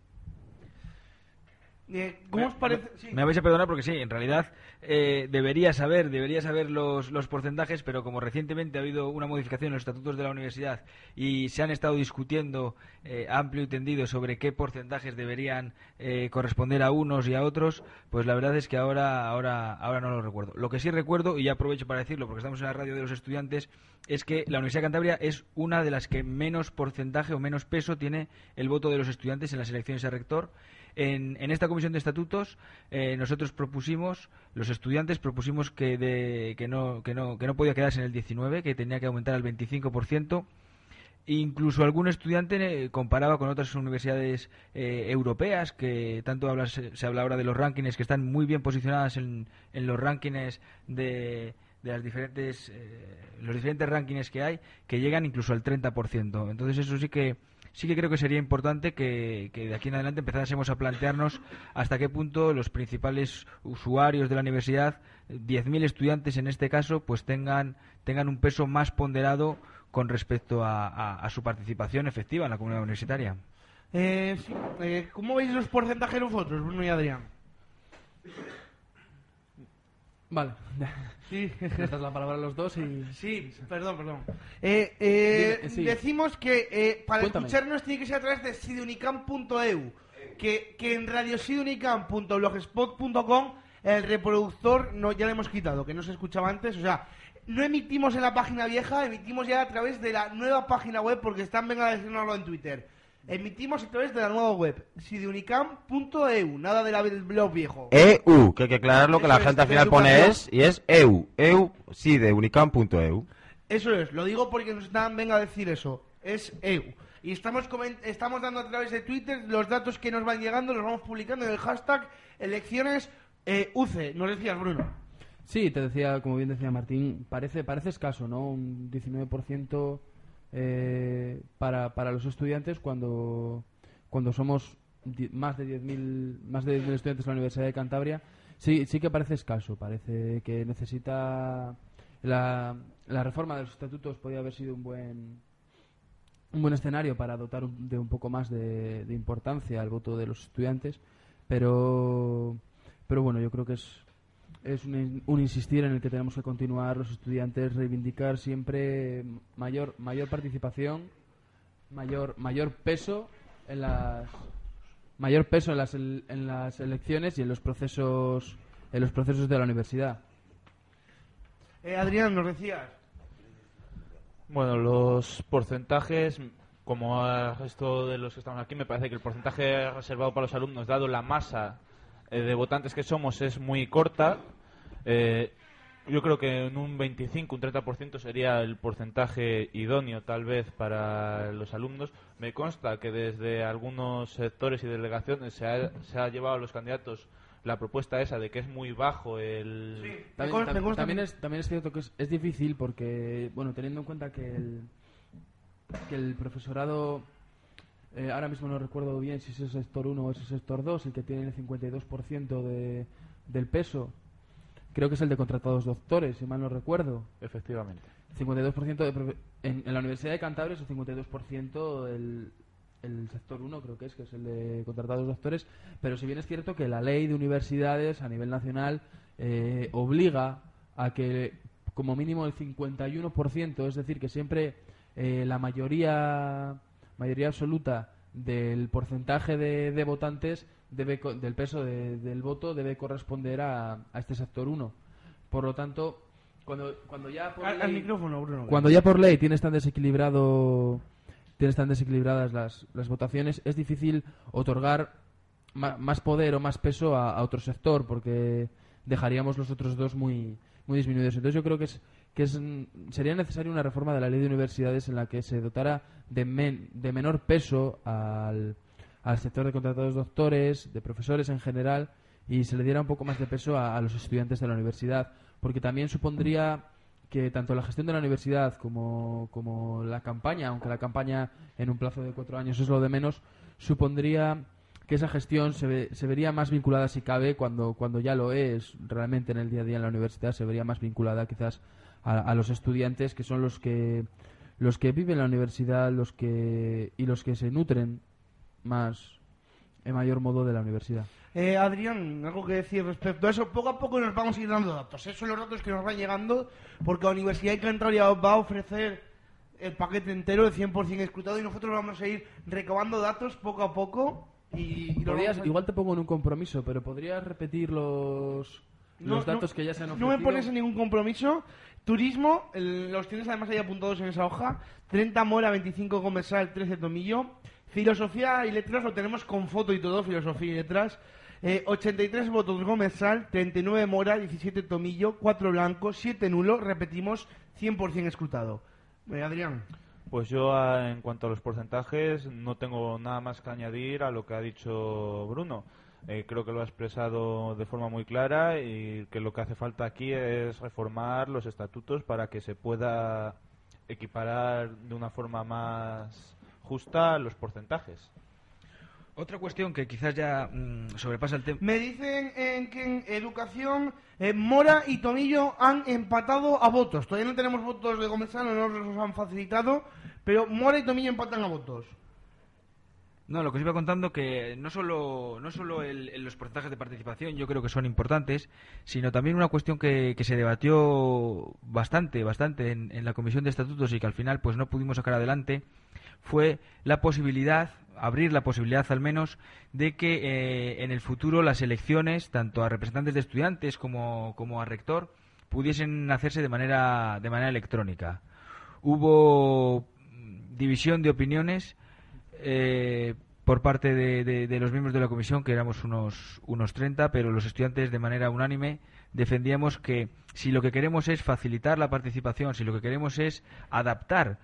¿Cómo os parece? Sí. Me vais a perdonar porque sí, en realidad debería saber los porcentajes, pero como recientemente ha habido una modificación en los estatutos de la universidad y se han estado discutiendo amplio y tendido sobre qué porcentajes deberían corresponder a unos y a otros, pues la verdad es que ahora no lo recuerdo. Lo que sí recuerdo, y ya aprovecho para decirlo porque estamos en la radio de los estudiantes, es que la Universidad de Cantabria es una de las que menos porcentaje o menos peso tiene el voto de los estudiantes en las elecciones a rector. En esta comisión de estatutos nosotros los estudiantes propusimos que no podía quedarse en el 19%, que tenía que aumentar al 25%. Incluso algún estudiante comparaba con otras universidades europeas, que tanto se habla ahora de los rankings, que están muy bien posicionadas en los rankings de las diferentes los diferentes rankings que hay, que llegan incluso al 30%. Entonces eso sí que creo que sería importante que de aquí en adelante empezásemos a plantearnos hasta qué punto los principales usuarios de la universidad, 10.000 estudiantes en este caso, pues tengan un peso más ponderado con respecto a su participación efectiva en la comunidad universitaria. ¿Cómo veis los porcentajes vosotros, Bruno y Adrián? Vale. Sí. Les das la palabra a los dos y... Sí, perdón. Sí. Decimos que para Cuéntame. escucharnos tiene que ser a través de sideunicam.eu, que en radiosideunicam.blogspot.com el reproductor ya lo hemos quitado, que no se escuchaba antes, o sea, no emitimos en la página vieja, emitimos ya a través de la nueva página web, porque están venga a decirnoslo en Twitter. Emitimos a través de la nueva web, sideunicam.eu, nada del blog viejo. EU, que hay que aclararlo, que Eso la es, gente al de final pone educación. es, y es EU, sí, de unicam.eu. Eso es, lo digo porque nos están venga a decir eso, es EU. Y estamos dando a través de Twitter los datos que nos van llegando, los vamos publicando en el hashtag elecciones UC. Nos decías, Bruno. Sí, te decía, como bien decía Martín, parece escaso, ¿no? Un 19% para los estudiantes cuando somos más de 10.000 estudiantes en la Universidad de Cantabria. Sí que parece escaso, parece que necesita la reforma de los estatutos. Podría haber sido un buen escenario para dotar de un poco más de importancia al voto de los estudiantes, pero bueno, yo creo que es un insistir en el que tenemos que continuar los estudiantes, reivindicar siempre mayor participación, mayor peso en las elecciones y en los procesos de la universidad. Adrián, nos decías. Bueno, los porcentajes, como a esto de los que estamos aquí, me parece que el porcentaje reservado para los alumnos, dado la masa de votantes que somos, es muy corta. Yo creo que en un 25, un 30% sería el porcentaje idóneo, tal vez, para los alumnos. Me consta que desde algunos sectores y delegaciones se ha llevado a los candidatos la propuesta esa de que es muy bajo el... Sí, También es cierto que es difícil porque, bueno, teniendo en cuenta que el profesorado, ahora mismo no recuerdo bien si es el sector 1 o es el sector 2, el que tiene el 52% del peso, creo que es el de contratados doctores, si mal no recuerdo. Efectivamente. 52% en la Universidad de Cantabria es el 52% el sector 1, creo que es el de contratados doctores, pero si bien es cierto que la ley de universidades a nivel nacional obliga a que como mínimo el 51%, es decir, que siempre la mayoría absoluta del porcentaje de votantes del peso del voto debe corresponder a este sector 1. Por lo tanto, cuando ya por Al ley, micrófono, Bruno. cuando ya por ley tienes tan desequilibradas las votaciones, es difícil otorgar más poder o más peso a otro sector, porque dejaríamos los otros dos muy disminuidos. Entonces yo creo que sería necesaria una reforma de la ley de universidades en la que se dotara de menor peso al sector de contratados doctores, de profesores en general, y se le diera un poco más de peso a los estudiantes de la universidad, porque también supondría que tanto la gestión de la universidad como la campaña, aunque la campaña en un plazo de 4 años es lo de menos, supondría que esa gestión se vería más vinculada, si cabe, cuando ya lo es realmente en el día a día en la universidad, se vería más vinculada quizás a los estudiantes, que son los que viven la universidad, los que se nutren más en mayor modo de la universidad. Adrián, algo que decir respecto a eso. Poco a poco nos vamos a ir dando datos. Esos son los datos que nos van llegando, porque la Universidad de Cantabria va a ofrecer el paquete entero, el 100% escrutado, y nosotros vamos a ir recabando datos poco a poco. Igual te pongo en un compromiso, pero ¿podrías repetir los datos que ya se han ofrecido? No me pones en ningún compromiso. Turismo, los tienes además ahí apuntados en esa hoja. 30 Mora, 25 Gómez Sal, 13 Tomillo. Filosofía y letras lo tenemos con foto y todo, filosofía y letras. 83 votos Gómez Sal, 39 Mora, 17 Tomillo, 4 blanco, 7 nulo. Repetimos, 100% escrutado. Adrián. Pues yo, en cuanto a los porcentajes, no tengo nada más que añadir a lo que ha dicho Bruno. Creo que lo ha expresado de forma muy clara, y que lo que hace falta aquí es reformar los estatutos para que se pueda equiparar de una forma más justa los porcentajes. Otra cuestión que quizás ya sobrepasa el tema. Me dicen que en educación Mora y Tomillo han empatado a votos. Todavía no tenemos votos de Gómez Sal, no nos los han facilitado, pero Mora y Tomillo empatan a votos. No, lo que os iba contando, que no solo los porcentajes de participación yo creo que son importantes, sino también una cuestión que se debatió bastante en la Comisión de Estatutos, y que al final pues no pudimos sacar adelante, fue abrir la posibilidad al menos de que en el futuro las elecciones, tanto a representantes de estudiantes como a rector, pudiesen hacerse de manera electrónica. Hubo división de opiniones por parte de los miembros de la comisión, que éramos unos 30, pero los estudiantes de manera unánime defendíamos que si lo que queremos es facilitar la participación, si lo que queremos es adaptar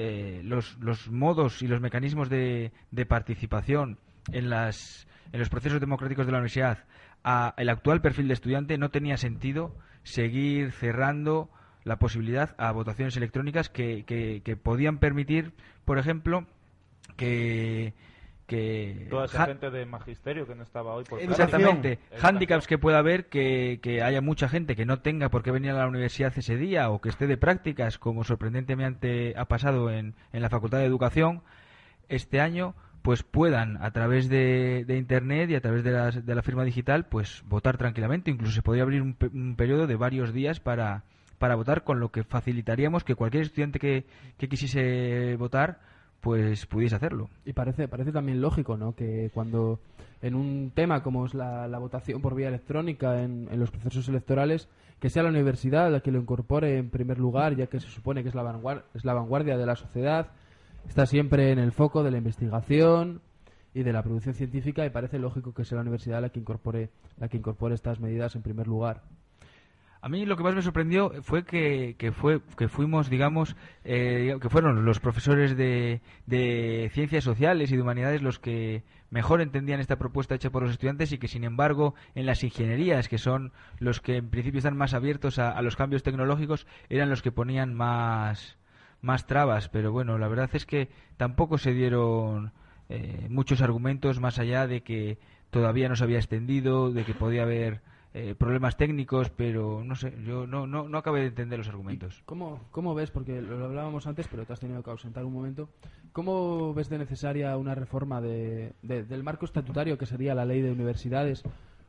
los modos y los mecanismos de participación en los procesos democráticos de la universidad a el actual perfil de estudiante, no tenía sentido seguir cerrando la posibilidad a votaciones electrónicas que podían permitir, por ejemplo, que toda esa gente de magisterio que no estaba hoy por exactamente, hándicaps que pueda haber, que haya mucha gente que no tenga por qué venir a la universidad ese día, o que esté de prácticas, como sorprendentemente ha pasado en la Facultad de Educación este año, pues puedan, a través de internet y a través de la firma digital, pues votar tranquilamente. Incluso se podría abrir un periodo de varios días para votar, con lo que facilitaríamos que cualquier estudiante que quisiese votar pues pudiese hacerlo. Y parece también lógico, ¿no?, que cuando en un tema como es la votación por vía electrónica en los procesos electorales, que sea la universidad la que lo incorpore en primer lugar, ya que se supone que es la vanguardia de la sociedad, está siempre en el foco de la investigación y de la producción científica, y parece lógico que sea la universidad la que incorpore estas medidas en primer lugar. A mí lo que más me sorprendió fue que fuimos, digamos, que fueron los profesores de ciencias sociales y de humanidades los que mejor entendían esta propuesta hecha por los estudiantes, y que, sin embargo, en las ingenierías, que son los que en principio están más abiertos a los cambios tecnológicos, eran los que ponían más trabas. Pero bueno, la verdad es que tampoco se dieron muchos argumentos más allá de que todavía no se había extendido, de que podía haber problemas técnicos, pero no sé, yo no acabé de entender los argumentos. ¿Cómo ves, porque lo hablábamos antes, pero te has tenido que ausentar un momento, cómo ves de necesaria una reforma del marco estatutario, que sería la ley de universidades?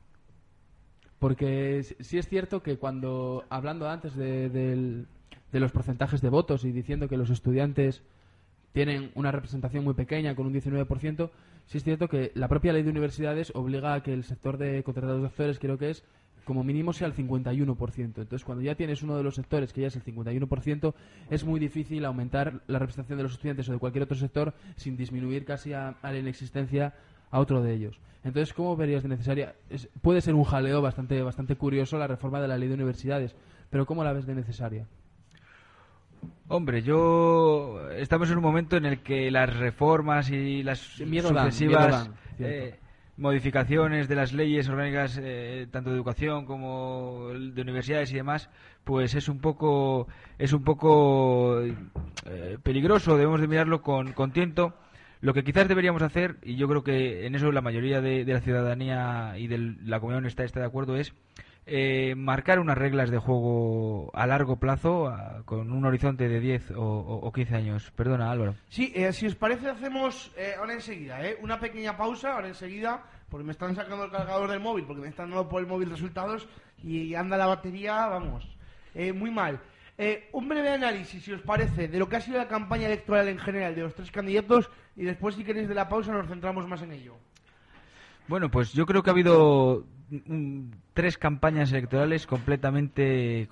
Porque sí es cierto que hablando antes de los porcentajes de votos y diciendo que los estudiantes tienen una representación muy pequeña, con un 19%, sí es cierto que la propia ley de universidades obliga a que el sector de contratados doctores, creo que es, como mínimo sea el 51%. Entonces, cuando ya tienes uno de los sectores que ya es el 51%, es muy difícil aumentar la representación de los estudiantes o de cualquier otro sector sin disminuir casi a la inexistencia a otro de ellos. Entonces, ¿cómo verías de necesaria? Puede ser un jaleo bastante curioso la reforma de la ley de universidades, pero ¿cómo la ves de necesaria? Hombre, estamos en un momento en el que las reformas y las sucesivas modificaciones de las leyes orgánicas, tanto de educación como de universidades y demás, pues es un poco peligroso. Debemos de mirarlo con tiento. Lo que quizás deberíamos hacer, y yo creo que en eso la mayoría de la ciudadanía y de la comunidad está de acuerdo, es marcar unas reglas de juego a largo plazo, con un horizonte de 10 o 15 años. Perdona, Álvaro. Sí, si os parece hacemos ahora enseguida una pequeña pausa, ahora enseguida, porque me están sacando el cargador del móvil, porque me están dando por el móvil resultados y anda la batería, vamos, muy mal. Un breve análisis, si os parece, de lo que ha sido la campaña electoral en general de los tres candidatos y después, si queréis, de la pausa nos centramos más en ello. Bueno, pues yo creo que ha habido 3 campañas electorales completamente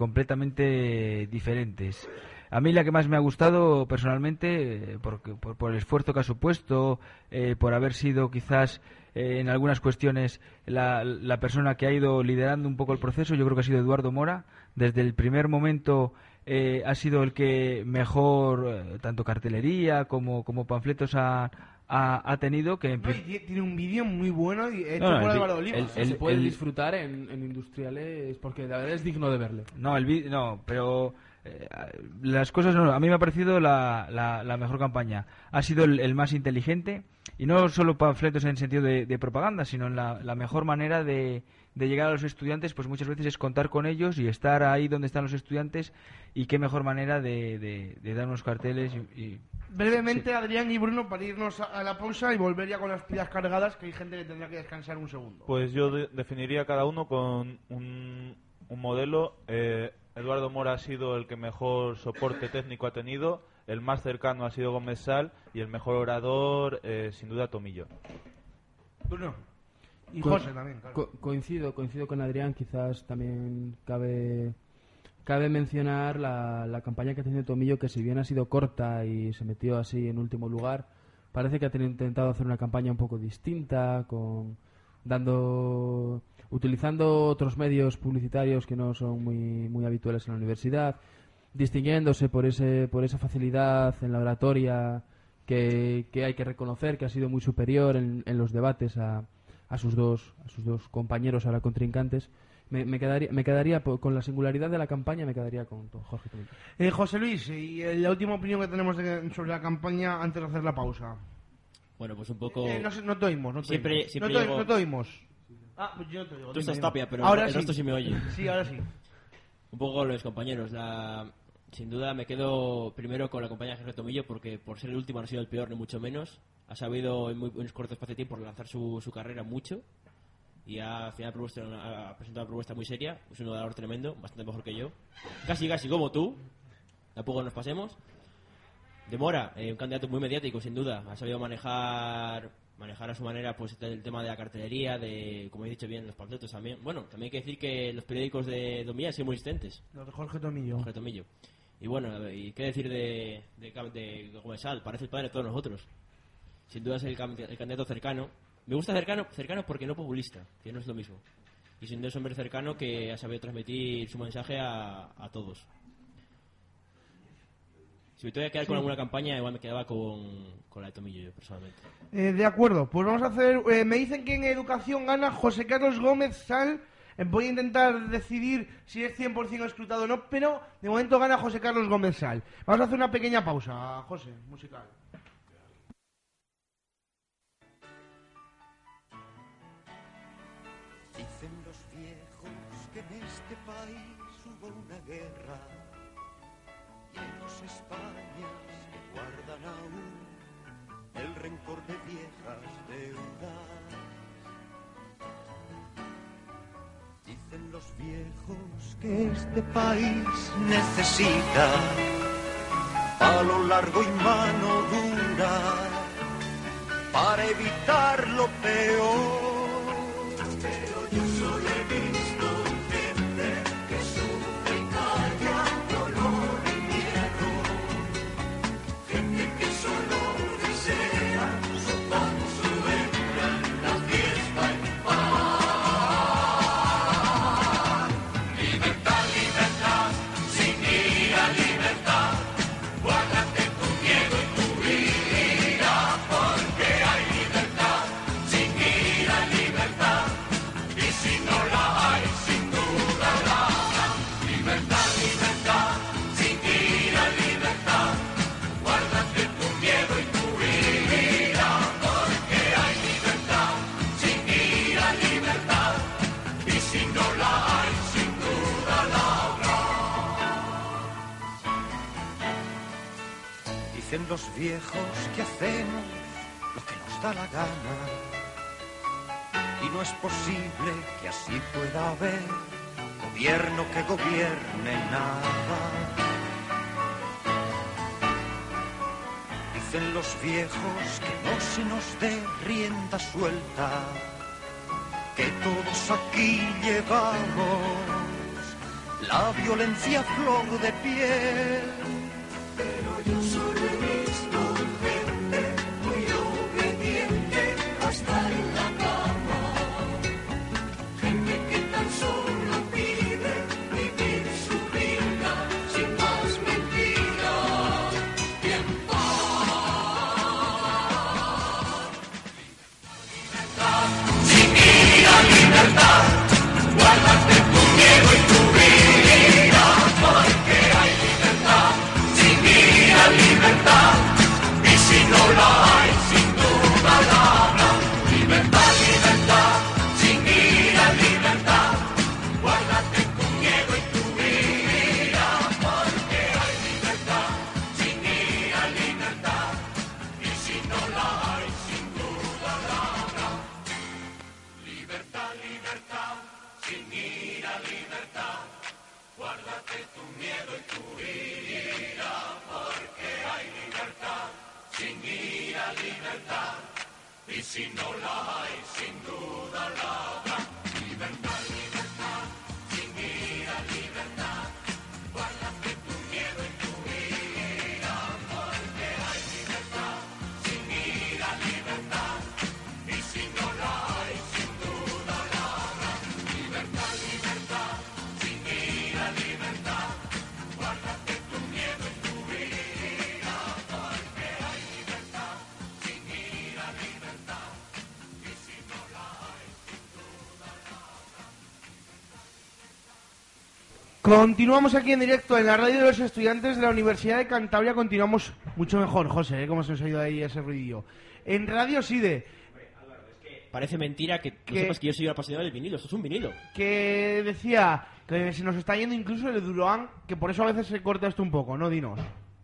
diferentes. A mí la que más me ha gustado personalmente, por el esfuerzo que ha supuesto, por haber sido quizás en algunas cuestiones la persona que ha ido liderando un poco el proceso, yo creo que ha sido Eduardo Mora. Desde el primer momento ha sido el que mejor, tanto cartelería como panfletos ha tenido. Tiene un vídeo muy bueno hecho por Álvaro Oliva. Se puede disfrutar en Industriales, porque la verdad es digno de verle. Pero las cosas no. A mí me ha parecido la mejor campaña. Ha sido el más inteligente, y no solo panfletos en sentido de propaganda, sino en la mejor manera de llegar a los estudiantes. Pues muchas veces es contar con ellos y estar ahí donde están los estudiantes, y qué mejor manera de dar unos carteles y brevemente, sí. Adrián y Bruno, para irnos a la pausa y volver ya con las pilas cargadas, que hay gente que tendrá que descansar un segundo. Pues yo definiría cada uno con un modelo. Eduardo Mora ha sido el que mejor soporte técnico ha tenido, el más cercano ha sido Gómez Sal, y el mejor orador, sin duda, Tomillo. Bruno. Y José también, claro. Coincido con Adrián. Quizás también cabe mencionar la campaña que ha tenido Tomillo, que si bien ha sido corta y se metió así en último lugar, parece que ha intentado hacer una campaña un poco distinta, utilizando otros medios publicitarios que no son muy habituales en la universidad, distinguiéndose por esa facilidad en la oratoria que hay que reconocer que ha sido muy superior en los debates a sus dos compañeros, ahora contrincantes. Me quedaría con la singularidad de la campaña, me quedaría con Jorge Tomillo. José Luis, y la última opinión que tenemos sobre la campaña antes de hacer la pausa. Bueno, pues un poco... no te oímos. No te oímos. Pues yo no te oigo. Tú estás Tapia, pero ahora el resto sí me oye. Sí, ahora sí. Un poco con los compañeros. Sin duda me quedo primero con la compañía de Jorge Tomillo, porque por ser el último no ha sido el peor, ni mucho menos. Ha sabido en un corto espacio de tiempo lanzar su carrera mucho. Y al final ha presentado una propuesta muy seria. Es un orador tremendo, bastante mejor que yo. Casi como tú. Tampoco nos pasemos. De Mora, un candidato muy mediático, sin duda. Ha sabido manejar a su manera pues el tema de la cartelería, como he dicho bien, los panfletos también. Bueno, también hay que decir que los periódicos de Domilla han sido muy existentes. Los de Jorge Tomillo. Y bueno, y qué decir de Gómez Sal, parece el padre de todos nosotros. Sin duda es el candidato cercano. Me gusta cercano porque no populista, que no es lo mismo. Y sin duda es un hombre cercano que ha sabido transmitir su mensaje a todos. Si me tuviera que quedar con alguna campaña, igual me quedaba con la de Tomillo, yo personalmente. De acuerdo, pues vamos a hacer... me dicen que en educación gana José Carlos Gómez Sal. Voy a intentar decidir si es 100% escrutado o no, pero de momento gana José Carlos Gómez Sal. Vamos a hacer una pequeña pausa, José, musical. Dicen los viejos que en este país hubo una guerra y en los Españas que guardan aún el rencor de viejas deudas. Dicen los viejos que este país necesita palo largo y mano dura para evitar lo peor. Pero yo solo he visto los viejos que hacemos lo que nos da la gana. Y no es posible que así pueda haber gobierno que gobierne nada. Dicen los viejos que no se nos dé rienda suelta, que todos aquí llevamos la violencia a flor de piel. Pero yo soy el mismo, gente muy obediente hasta en la cama, gente que tan solo pide vivir su vida sin más mentiras y en paz. Libertad, sin ir a libertad, guárdate tu miedo y tu vida, porque hay libertad, sin ir a libertad, y si no la hay, sin duda la habrá. Libertad, libertad, sin ir a libertad, guárdate tu miedo y tu vida, porque hay libertad, sin ir a libertad, y si no la hay, sin duda la habrá. Libertad, libertad, sin ir a libertad, guárdate tu miedo y tu ira, porque hay libertad, sin ir a libertad, y si no la hay, sin duda la habrá. Libertad, libertad, sin ir a libertad, guárdate tu miedo y tu ira, porque hay libertad, sin ir a libertad, y si no la hay, sin duda la habrá. Libertad, libertad, sin ir a libertad, guárdate tu miedo y tu ira, porque hay libertad, sin ir a libertad, y si no la hay, sin duda la habrá. Continuamos aquí en directo en la radio de los estudiantes de la Universidad de Cantabria. Continuamos mucho mejor, José, ¿Cómo se nos ha ido ahí ese ruidillo? En Radio Side, Parece mentira que no sepas que yo soy un apasionado del vinilo. Esto es un vinilo. que decía que se nos está yendo incluso el Duroan, que por eso a veces se corta esto un poco, ¿no? Dinos.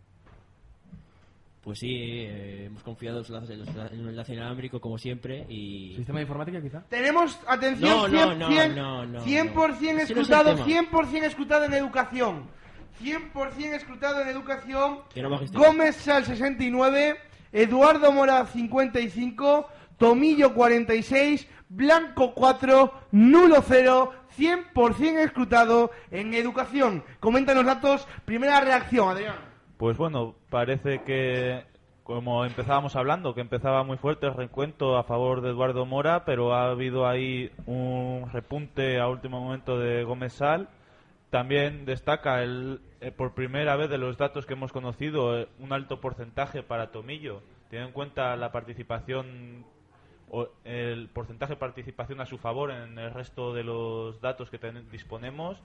Pues sí, hemos confiado en un enlace inalámbrico como siempre y... ¿Sistema de informática, quizá? Tenemos, atención, 100% no. 100% Ese no es el escrutado, tema. 100% escrutado en educación. 100% escrutado en educación. Que no magisterio. Gómez Sal 69, Eduardo Mora 55, Tomillo 46, Blanco 4, Nulo 0, 100% escrutado en educación. Coméntanos datos, primera reacción, Adrián. Pues bueno, parece que, como empezábamos hablando, que empezaba muy fuerte el recuento a favor de Eduardo Mora, pero ha habido ahí un repunte a último momento de Gómez Sal. También destaca por primera vez de los datos que hemos conocido un alto porcentaje para Tomillo, teniendo en cuenta la participación o el porcentaje de participación a su favor en el resto de los datos que disponemos,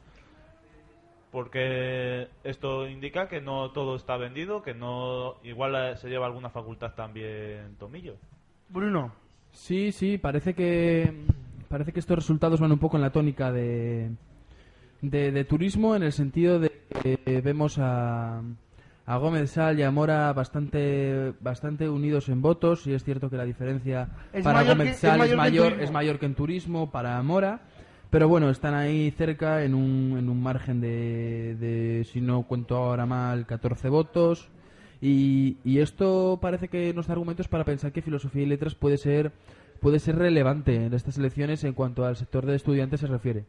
porque esto indica que no todo está vendido, que no igual se lleva alguna facultad también Tomillo. Bruno. Sí, parece que estos resultados van un poco en la tónica de turismo, en el sentido de que vemos a Gómez Sal y a Mora bastante unidos en votos, y es cierto que la diferencia para Gómez Sal es mayor que en turismo para Mora, pero bueno, están ahí cerca en un margen de, si no cuento ahora mal, 14 votos, y esto parece que nos da argumentos para pensar que filosofía y letras puede ser relevante en estas elecciones en cuanto al sector de estudiantes se refiere.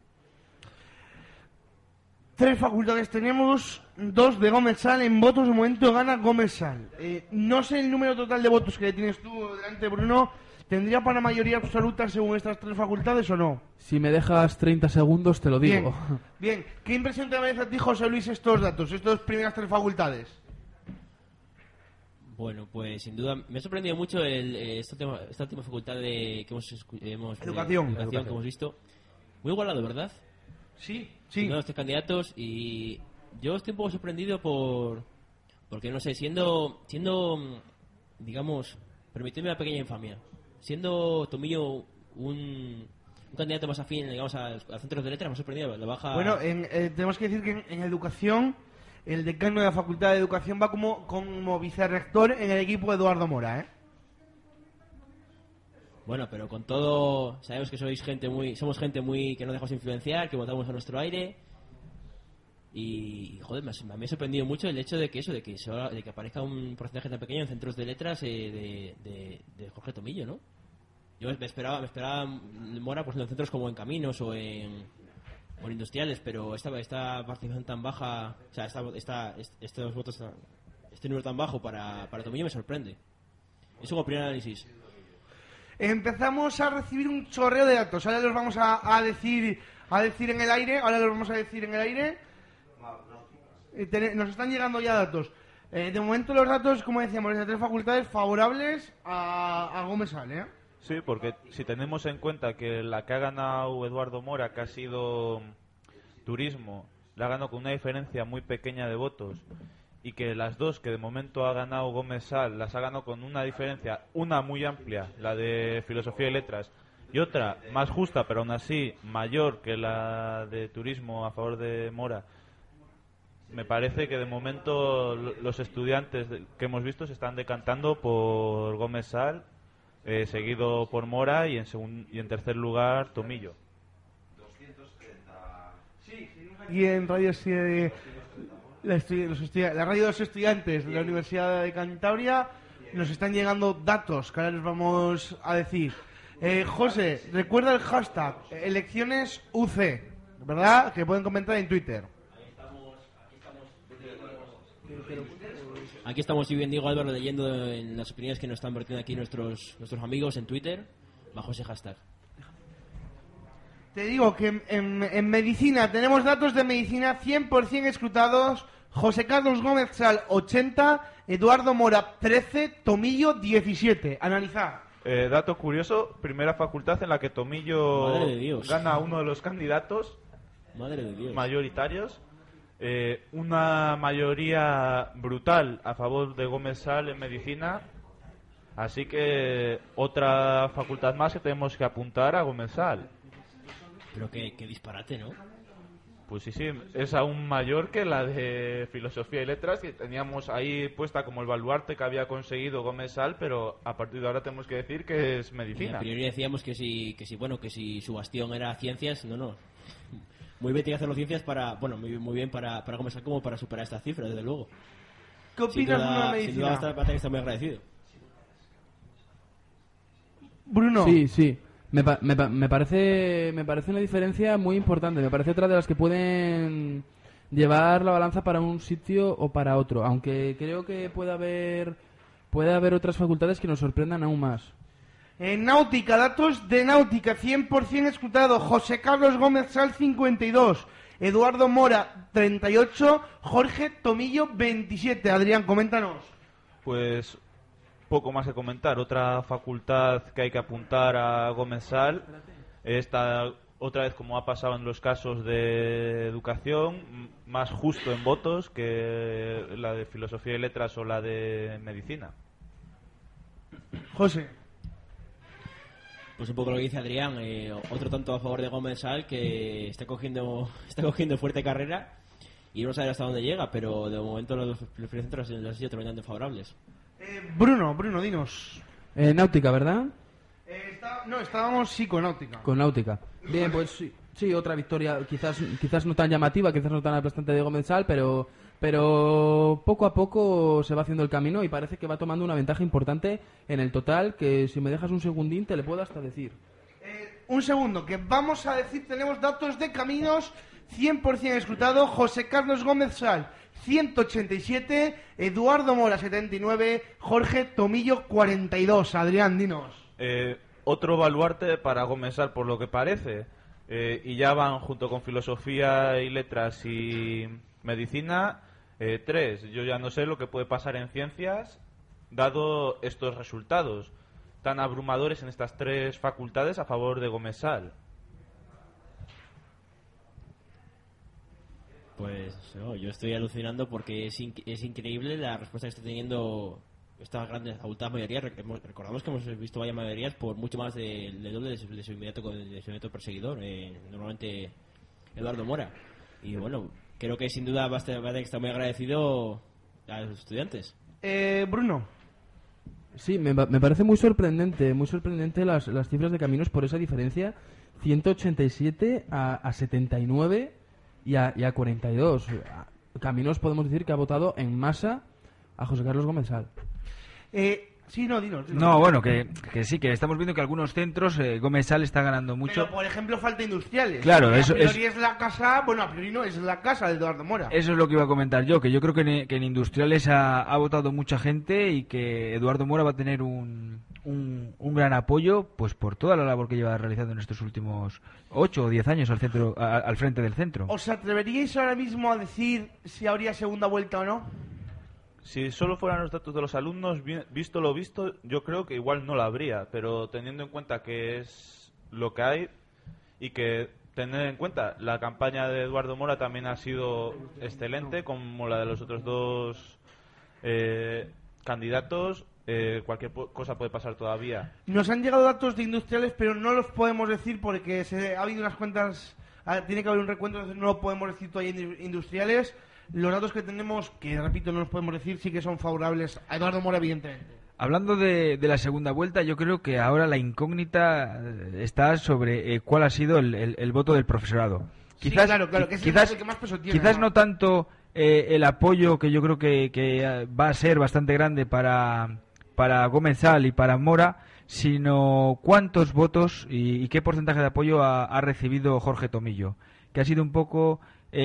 3 facultades tenemos, 2 de Gómez Sal. En votos de momento gana Gómez Sal. No sé el número total de votos que tienes tú delante, Bruno. ¿Tendría para mayoría absoluta según estas 3 facultades o no? Si me dejas 30 segundos te lo digo. Bien. ¿Qué impresión te merece a ti, José Luis, estos datos, estas primeras 3 facultades? Bueno, pues sin duda me ha sorprendido mucho esta última facultad que hemos Educación. que hemos visto. Muy igualado, ¿verdad? Sí. Los 3 candidatos, y yo estoy un poco sorprendido porque no sé, siendo digamos, permitidme una pequeña infamia, siendo Tomillo un candidato más afín, digamos, a centros de letras, me ha sorprendido la baja. Bueno, tenemos que decir que en educación el decano de la Facultad de Educación va como vicerrector en el equipo de Eduardo Mora, ¿eh? Bueno, pero con todo, sabemos que somos gente muy que no dejamos influenciar, que votamos a nuestro aire. Y joder, me ha sorprendido mucho el hecho de que aparezca un porcentaje tan pequeño en centros de letras de Jorge Tomillo, ¿no? Yo me esperaba Mora pues en centros como en Caminos o en industriales, pero esta participación tan baja, o sea, estos votos, este número tan bajo para Tomillo me sorprende. Eso como primer análisis. Empezamos a recibir un chorreo de datos. Ahora los vamos a decir en el aire. Nos están llegando ya datos. De momento los datos, como decíamos, de las 3 facultades favorables a Gómez Sal, ¿eh? Sí, porque si tenemos en cuenta que la que ha ganado Eduardo Mora, que ha sido turismo, la ha ganado con una diferencia muy pequeña de votos, y que las dos que de momento ha ganado Gómez Sal las ha ganado con una diferencia, una muy amplia, la de filosofía y letras, y otra más justa, pero aún así mayor que la de turismo a favor de Mora, me parece que de momento los estudiantes que hemos visto se están decantando por Gómez Sal, seguido por Mora y en tercer lugar Tomillo. 230. Sí, y en Radio la radio de los estudiantes de la Universidad de Cantabria nos están llegando datos que ahora les vamos a decir. José, recuerda el hashtag elecciones UC, ¿verdad? Que pueden comentar en Twitter. Aquí estamos, y bien digo Álvaro, leyendo en las opiniones que nos están vertiendo aquí nuestros amigos en Twitter bajo ese hashtag. Te digo que en medicina tenemos datos de medicina 100% escrutados. José Carlos Gómez Sal 80, Eduardo Mora 13, Tomillo 17. Analizar. Dato curioso, primera facultad en la que Tomillo gana a uno de los candidatos mayoritarios. Una mayoría brutal a favor de Gómez Sal en medicina. Así que otra facultad más que tenemos que apuntar a Gómez Sal. Pero qué disparate, ¿no? Pues sí, es aún mayor que la de filosofía y letras, que teníamos ahí puesta como el baluarte que había conseguido Gómez Sal, pero a partir de ahora tenemos que decir que es medicina. A priori decíamos que si su bastión era ciencias, no. Muy bien tiene que hacerlo ciencias muy bien para Gómez Sal como para superar esta cifra, desde luego. ¿Qué opinas de una medicina? Sin duda va a estar muy agradecido. Bruno. Sí. Me parece una diferencia muy importante. Me parece otra de las que pueden llevar la balanza para un sitio o para otro. Aunque creo que puede haber otras facultades que nos sorprendan aún más. En náutica, datos de náutica 100% escrutado. José Carlos Gómez Sal 52, Eduardo Mora 38, Jorge Tomillo 27. Adrián, coméntanos. Pues poco más que comentar. Otra facultad que hay que apuntar a Gómez Sal, esta otra vez, como ha pasado en los casos de educación, más justo en votos que la de filosofía y letras o la de medicina. José. Pues un poco lo que dice Adrián, otro tanto a favor de Gómez Sal, que está cogiendo fuerte carrera y no saber hasta dónde llega, pero de momento los centros los han sido tremendamente favorables. Bruno, dinos. Náutica, ¿verdad? Estábamos con náutica. Con náutica. Bien, pues sí, otra victoria, quizás no tan llamativa, quizás no tan aplastante de Gómez Sal, pero poco a poco se va haciendo el camino y parece que va tomando una ventaja importante en el total, que si me dejas un segundín te le puedo hasta decir. Un segundo, que vamos a decir, tenemos datos de caminos 100% escrutado. José Carlos Gómez Sal 187, Eduardo Mora 79, Jorge Tomillo 42. Adrián, dinos. Otro baluarte para Gómez Sal, por lo que parece, y ya van junto con filosofía y letras y medicina 3. Yo ya no sé lo que puede pasar en ciencias dado estos resultados tan abrumadores en estas 3 facultades a favor de Gómez Sal. Pues no, yo estoy alucinando porque es increíble la respuesta que está teniendo esta gran facultad mayoría. Recordamos que hemos visto varias mayorías por mucho más del doble de su inmediato perseguidor, normalmente Eduardo Mora. Y bueno, creo que sin duda va a tener que estar muy agradecido a los estudiantes. Bruno. Sí, me parece muy sorprendente las cifras de Caminos por esa diferencia. 187 a 79 y a 42. Caminos podemos decir que ha votado en masa a José Carlos Gómez Sal. Sí, no, dinos. No, bueno, que sí, que estamos viendo que algunos centros Gómez Sal está ganando mucho. Pero, por ejemplo, falta industriales. Claro, eso a priori es la casa, bueno, a priori no, es la casa de Eduardo Mora. Eso es lo que iba a comentar yo, que yo creo que en industriales ha votado mucha gente y que Eduardo Mora va a tener un gran apoyo pues por toda la labor que lleva realizando en estos últimos 8 o 10 años al frente del centro. ¿Os atreveríais ahora mismo a decir si habría segunda vuelta o no? Si solo fueran los datos de los alumnos, visto lo visto, yo creo que igual no la habría, pero teniendo en cuenta que es lo que hay y que tener en cuenta la campaña de Eduardo Mora también ha sido excelente, como la de los otros dos candidatos, cualquier cosa puede pasar todavía. Nos han llegado datos de industriales, pero no los podemos decir porque ha habido unas cuentas, tiene que haber un recuento, entonces no lo podemos decir todavía industriales. Los datos que tenemos, que repito, no los podemos decir, sí que son favorables a Eduardo Mora, evidentemente. Hablando de la segunda vuelta, yo creo que ahora la incógnita está sobre cuál ha sido el voto del profesorado. Quizás, sí, claro, que es el que más peso tiene. Quizás no tanto el apoyo, que yo creo que va a ser bastante grande para Gómez Sal y para Mora, sino cuántos votos y qué porcentaje de apoyo ha recibido Jorge Tomillo, que ha sido un poco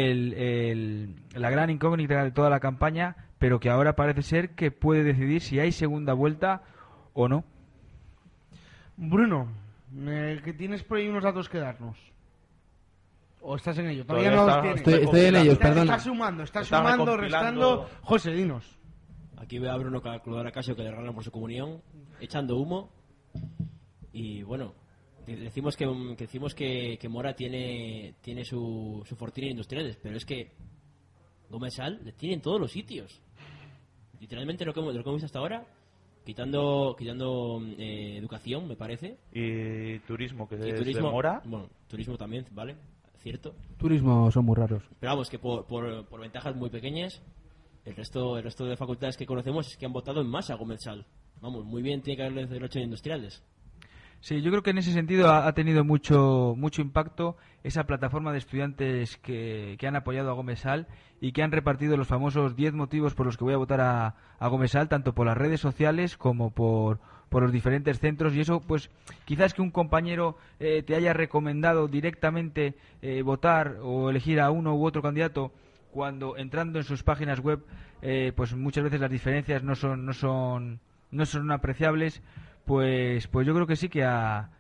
la gran incógnita de toda la campaña, pero que ahora parece ser que puede decidir si hay segunda vuelta o no. Bruno, que tienes por ahí unos datos que darnos. ¿O estás en ello? Todavía no los tienes. Estoy en ellos, perdona. Está sumando, restando. José, dinos. Aquí veo a Bruno calculadora Casio que le regalan por su comunión, echando humo. Y bueno, decimos que Mora tiene su fortuna en industriales, pero es que Gómez Sal le tiene en todos los sitios. Literalmente lo que hemos visto hasta ahora, quitando educación, me parece. Y turismo, que y es turismo, de Mora. Bueno, turismo también, ¿vale? Cierto. Turismo son muy raros. Pero vamos, que por ventajas muy pequeñas, el resto de facultades que conocemos es que han votado en masa a Gómez Sal. Vamos, muy bien tiene que haberle derecho en industriales. Sí, yo creo que en ese sentido ha tenido mucho impacto esa plataforma de estudiantes que han apoyado a Gómez Sal y que han repartido los famosos 10 motivos por los que voy a votar a Gómez Sal, tanto por las redes sociales como por los diferentes centros, y eso pues quizás que un compañero te haya recomendado directamente votar o elegir a uno u otro candidato, cuando entrando en sus páginas web pues muchas veces las diferencias no son apreciables. Pues yo creo que sí que ha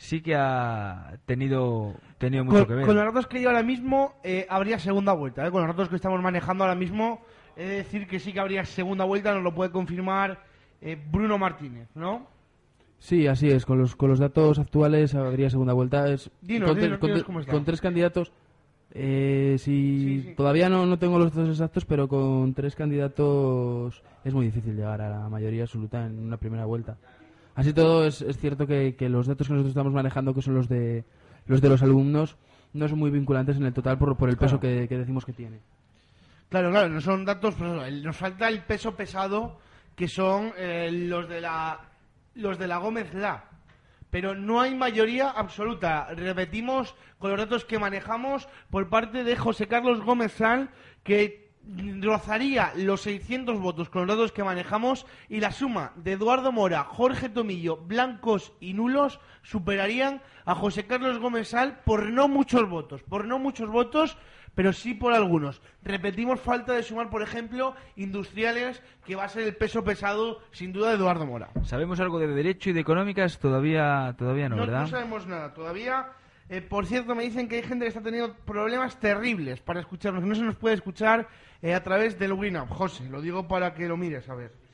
tenido mucho que ver. Con los datos que hay ahora mismo habría segunda vuelta. Con los datos que estamos manejando ahora mismo, he de decir que sí que habría segunda vuelta, nos lo puede confirmar Bruno Martínez, ¿no? Sí, así es. Con los datos actuales habría segunda vuelta. Dinos cómo está. Con 3 candidatos. Sí. Todavía no tengo los datos exactos, pero con 3 candidatos es muy difícil llegar a la mayoría absoluta en una primera vuelta. Así todo, es cierto que los datos que nosotros estamos manejando, que son los de los alumnos, no son muy vinculantes en el total por el peso que decimos que tiene. Claro, no son datos, pues, nos falta el peso pesado, que son los de la Gómez La. Pero no hay mayoría absoluta. Repetimos con los datos que manejamos por parte de José Carlos Gómez Sal, que rozaría los 600 votos con los datos que manejamos, y la suma de Eduardo Mora, Jorge Tomillo, blancos y nulos superarían a José Carlos Gómez Sal por no muchos votos, pero sí por algunos. Repetimos, falta de sumar, por ejemplo, industriales, que va a ser el peso pesado sin duda de Eduardo Mora. ¿Sabemos algo de derecho y de económicas? Todavía no, ¿verdad? No sabemos nada todavía. Por cierto, me dicen que hay gente que está teniendo problemas terribles para escucharnos, que no se nos puede escuchar a través del Winamp. José, lo digo para que lo mires, a ver.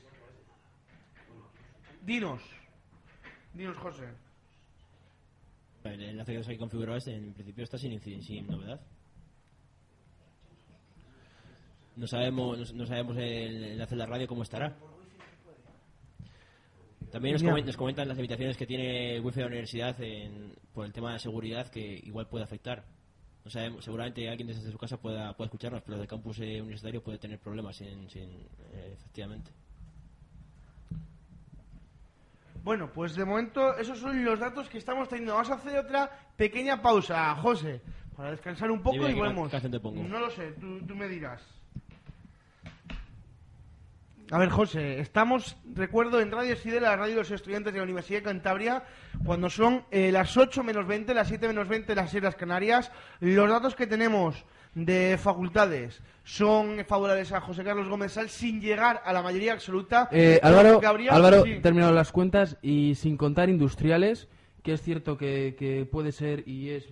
Dinos, José. El enlace que os hay configurado en principio está sin novedad. No sabemos el enlace de la radio cómo estará. También nos comentan las limitaciones que tiene Wi-Fi de la universidad por el tema de seguridad, que igual puede afectar. No sabemos, seguramente alguien desde su casa pueda escucharnos, pero del campus universitario puede tener problemas efectivamente. Bueno, pues de momento esos son los datos que estamos teniendo. Vamos a hacer otra pequeña pausa, José, para descansar un poco. Dime, y volvemos. ¿qué canción te pongo? No lo sé, tú me dirás. A ver, José, estamos, recuerdo, en Radio Sidel, la radio de los estudiantes de la Universidad de Cantabria, cuando son las 8 menos 20, las 7 menos 20, las Islas Canarias. Los datos que tenemos de facultades son favorables a José Carlos Gómez Sal, sin llegar a la mayoría absoluta. Álvaro, sí. terminado las cuentas y sin contar industriales, que es cierto que puede ser y es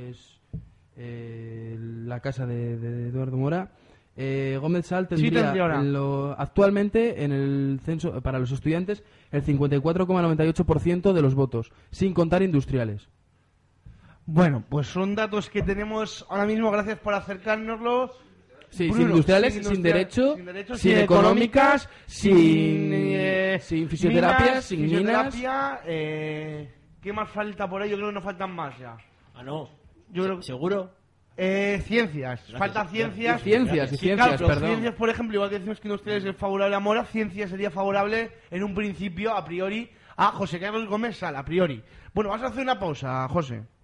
la casa de Eduardo Mora. Gómez Sal tendría actualmente en el censo para los estudiantes el 54,98% de los votos, sin contar industriales. Bueno, pues son datos que tenemos ahora mismo, gracias por acercárnoslos. Sí, Bruno, sin industriales, sin derecho, sin económicas, sin fisioterapia, sin minas. ¿Qué más falta por ahí? Yo creo que no faltan más ya. Ah, no. Yo creo... ¿Seguro? Ciencias. Gracias, falta ciencias. Ciencias, Claro, perdón. Ciencias, por ejemplo, igual que decimos que industriales es favorable a Mora, ciencias sería favorable en un principio, a priori, a José Carlos Gómez Sal, a priori. Bueno, vas a hacer una pausa, José.